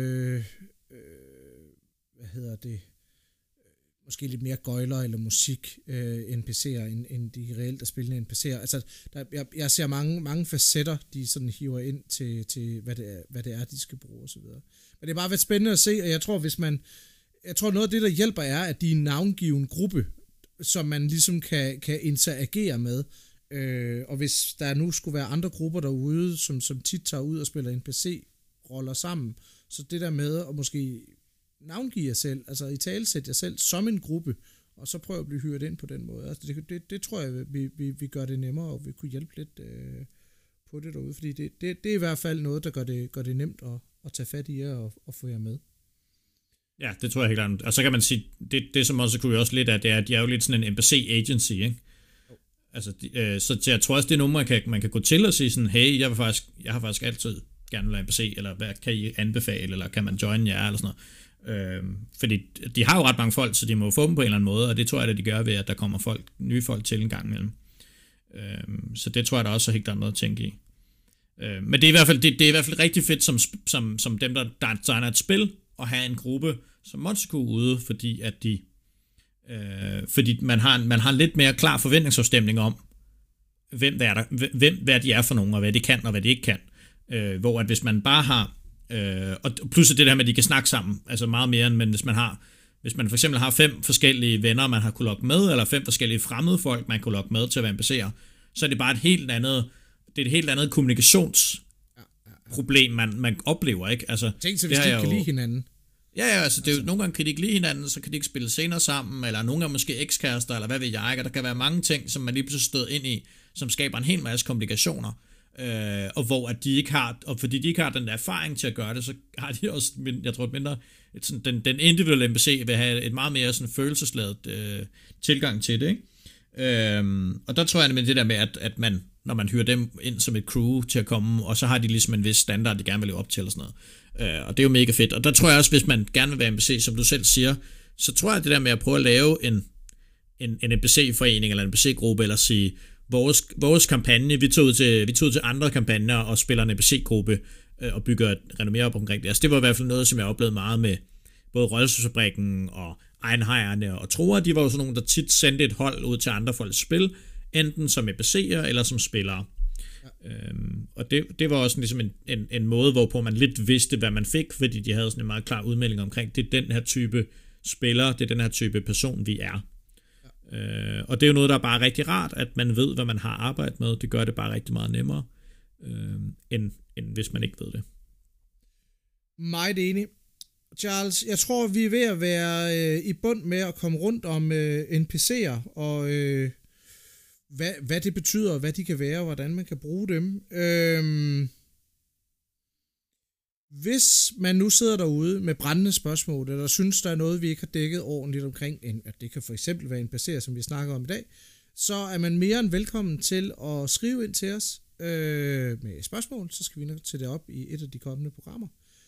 måske lidt mere gøjler eller musik NPC'er, end de reelt er spillende NPC'er. Altså, jeg ser mange facetter, de sådan hiver ind til hvad det er, de skal bruge osv. Men det er bare været spændende at se, og jeg tror noget af det, der hjælper, er, at de er en navngiven gruppe, som man ligesom kan interagere med. Og hvis der nu skulle være andre grupper derude, som tit tager ud og spiller NPC-roller sammen, så det der med at måske navngive jer selv, altså i talesæt jer selv som en gruppe, og så prøve at blive hyret ind på den måde. Altså det tror jeg, vi gør det nemmere, og vi kunne hjælpe lidt på det derude, fordi det er i hvert fald noget, der gør det nemt at tage fat i jer og få jer med. Ja, det tror jeg helt klart. Og så kan man sige, det som også kunne også lidt af, det er, at de er jo lidt sådan en NPC-agency, ikke? Altså, så jeg tror også, det er noget, man kan gå til og sige sådan, hey, jeg har faktisk altid gerne vil være NPC, eller hvad kan I anbefale, eller kan man join jer, eller sådan noget. Fordi de har jo ret mange folk, så de må få dem på en eller anden måde, og det tror jeg, at de gør ved, at der kommer nye folk til en gang imellem. Så det tror jeg, der også er helt klart noget at tænke i. Men det er i hvert fald, det er i hvert fald rigtig fedt, som dem, der designer et spil, at have en gruppe som Monsterco ude, fordi at fordi man har en lidt mere klar forventningsafstemning om, hvad de er for nogen, og hvad de kan, og hvad de ikke kan. Hvor at hvis man bare har, og pludselig det der med, at de kan snakke sammen, altså meget mere end, men hvis man for eksempel har 5 forskellige venner, man har kunne logge med, eller 5 forskellige fremmede folk, man kunne logge med til at være NPC'er, så er det bare et helt andet kommunikationsproblem, man oplever, ikke? Altså, tænk så, hvis de ikke kan lide hinanden. Ja, altså det er jo, nogle gange kan de ikke lide hinanden, så kan de ikke spille senere sammen, eller nogle gange måske ekskærester, eller hvad ved jeg, og der kan være mange ting, som man lige pludselig støder ind i, som skaber en hel masse komplikationer, og hvor at de ikke har, og fordi de ikke har den der erfaring til at gøre det, så har de også, jeg tror, den individuelle NPC vil have et meget mere sådan følelsesladet tilgang til det, ikke? Og der tror jeg med det der med, at man, når man hyrer dem ind som et crew til at komme, og så har de ligesom en vis standard, de gerne vil leve op til, eller sådan noget. Og det er jo mega fedt. Og der tror jeg også, hvis man gerne vil være NPC, som du selv siger, så tror jeg det der med at prøve at lave en NPC-forening, eller en NPC-gruppe, eller sige, vores kampagne, vi tog ud til andre kampagner, og spiller en NPC-gruppe, og bygger et renommé op omkring det. Altså det var i hvert fald noget, som jeg oplevede meget med både Rødelsesfabrikken og Egenhejerne og Troer. De var jo sådan nogle, der tit sendte et hold ud til andre folks spil, enten som NPC'er eller som spillere. Ja. Og det var også ligesom en måde, hvorpå man lidt vidste, hvad man fik, fordi de havde sådan en meget klar udmelding omkring, det er den her type spiller, det er den her type person, vi er. Ja. Og det er jo noget, der er bare rigtig rart, at man ved, hvad man har arbejdet med. Det gør det bare rigtig meget nemmere, end hvis man ikke ved det. Meget enig. Charles, jeg tror, vi er ved at være i bund med at komme rundt om NPC'er, og hvad det betyder, hvad de kan være, og hvordan man kan bruge dem. Hvis man nu sidder derude med brændende spørgsmål, eller synes, der er noget, vi ikke har dækket ordentligt omkring, at det kan for eksempel være NPC'er, som vi snakker om i dag, så er man mere end velkommen til at skrive ind til os med spørgsmål, så skal vi nok tage det op i et af de kommende programmer.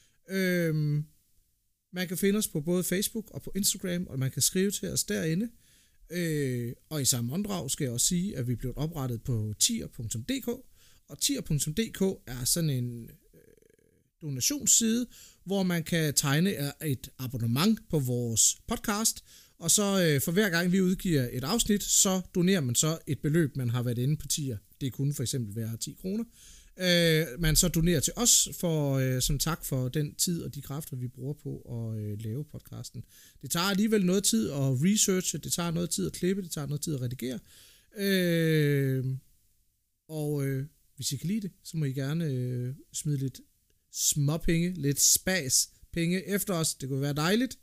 Man kan finde os på både Facebook og på Instagram, og man kan skrive til os derinde. Og i samme åndedrag skal jeg også sige, at vi er blevet oprettet på tier.dk, og tier.dk er sådan en donationsside, hvor man kan tegne et abonnement på vores podcast, og så for hver gang vi udgiver et afsnit, så donerer man så et beløb, man har været inde på tier. Det kunne for eksempel være 10 kroner. Man så donerer til os for som tak for den tid og de kræfter, vi bruger på at lave podcasten. Det tager alligevel noget tid at researche, det tager noget tid at klippe, det tager noget tid at redigere. Hvis I kan lide det, så må I gerne smide lidt småpenge, lidt spas-penge efter os. Det kunne være dejligt.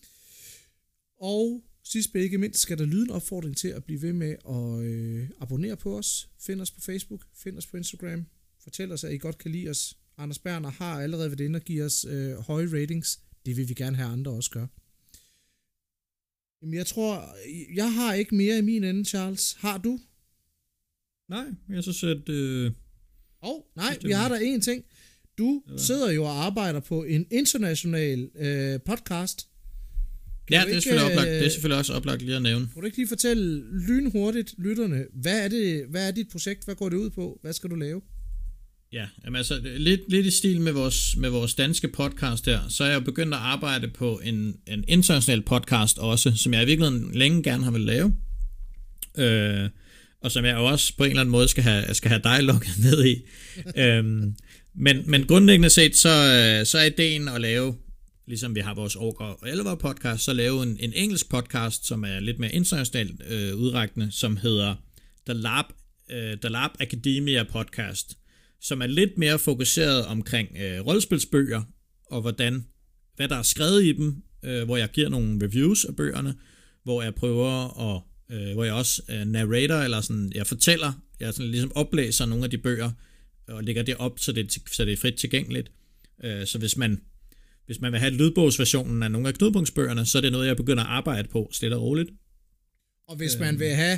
Og sidst men ikke mindst skal der lyde en opfordring til at blive ved med at abonnere på os. Find os på Facebook, find os på Instagram. Fortæl os, at I godt kan lide os. Anders Berner har allerede været inde og give os høje ratings. Det vil vi gerne have andre også gøre. Jamen jeg tror, jeg har ikke mere i min ende, Charles. Har du? Nej, jeg synes at... Nej, vi har der en ting. du sidder jo og arbejder på en international podcast. Ja, det er selvfølgelig oplagt. Det er selvfølgelig også oplagt lige at nævne. Kan du ikke lige fortælle lynhurtigt lytterne, hvad er dit projekt? Hvad går det ud på? Hvad skal du lave? Ja, jamen altså lidt i stil med vores danske podcast her, så er jeg jo begyndt at arbejde på en international podcast også, som jeg i virkeligheden længe gerne har vil lave. Og som jeg også på en eller anden måde skal have dig lukket med i. Men grundlæggende set, så er ideen at lave, ligesom vi har vores Orker og Elver podcast, så lave en engelsk podcast, som er lidt mere internationalt udrækkende, som hedder The Lab Academia Podcast, som er lidt mere fokuseret omkring rollespilsbøger, og hvad der er skrevet i dem, hvor jeg giver nogle reviews af bøgerne, hvor jeg prøver hvor jeg også narrator, eller sådan, jeg fortæller, jeg sådan ligesom oplæser nogle af de bøger, og lægger det op, så det er frit tilgængeligt. Så hvis man vil have lydbogsversionen af nogle af knudepunktsbøgerne, så er det noget, jeg begynder at arbejde på, stille og roligt. Og hvis man vil have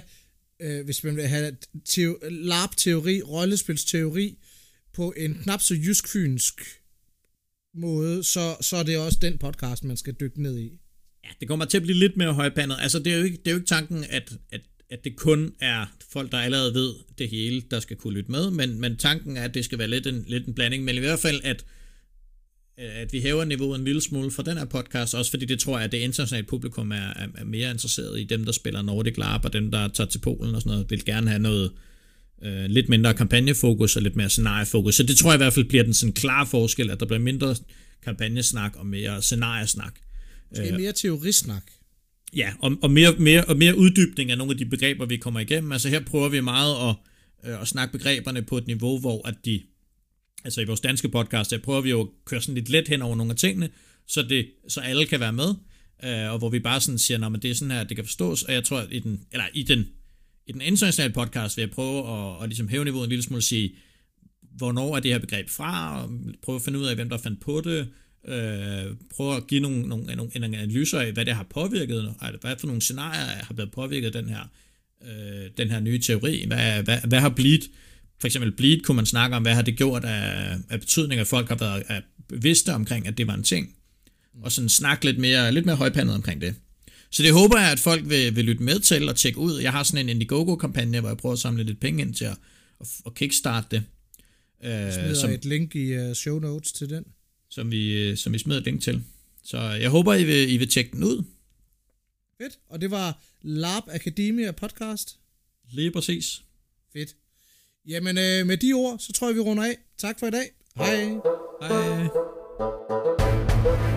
LARP-teori, rollespilsteori, på en knap så jysk-fynsk måde, så er det også den podcast, man skal dykke ned i. Ja, det kommer til at blive lidt mere højpandet. Altså, det er jo ikke tanken, at det kun er folk, der allerede ved det hele, der skal kunne lytte med, men tanken er, at det skal være lidt en blanding, men i hvert fald, at vi hæver niveauet en lille smule fra den her podcast, også fordi det tror jeg, at det internationale publikum er mere interesseret i dem, der spiller Nordic LARP, og dem, der tager til Polen og sådan noget, vil gerne have noget lidt mindre kampagnefokus og lidt mere scenariefokus. Så det tror jeg i hvert fald bliver den sådan klare forskel, at der bliver mindre kampagnesnak og mere scenariesnak. Måske mere teorisnak. Ja, og mere uddybning af nogle af de begreber, vi kommer igennem. Altså her prøver vi meget at snakke begreberne på et niveau, hvor at altså i vores danske podcast, der prøver vi jo at køre sådan lidt let hen over nogle af tingene, så alle kan være med, og hvor vi bare sådan siger, men det er sådan her, det kan forstås, og jeg tror, at i den internationale podcast vil jeg prøve at ligesom hæve niveauet en lille smule og sige, hvornår er det her begreb fra, og prøve at finde ud af, hvem der fandt på det, prøve at give nogle analyser af, hvad det har påvirket, hvad for nogle scenarier har blevet påvirket den her nye teori, hvad har Bleed, for eksempel Bleed kunne man snakke om, hvad har det gjort af betydning, at folk har været bevidste omkring, at det var en ting, og sådan snakke lidt mere højpandet omkring det. Så det håber jeg, at folk vil lytte med til og tjekke ud. Jeg har sådan en Indiegogo-kampagne, hvor jeg prøver at samle lidt penge ind til at kickstarte det. Smider et link i show notes til den. Som vi smider et link til. Så jeg håber, I vil tjekke den ud. Fedt. Og det var LARP Academia podcast. Lige præcis. Fedt. Jamen med de ord, så tror jeg, vi runder af. Tak for i dag. Hej. Hej.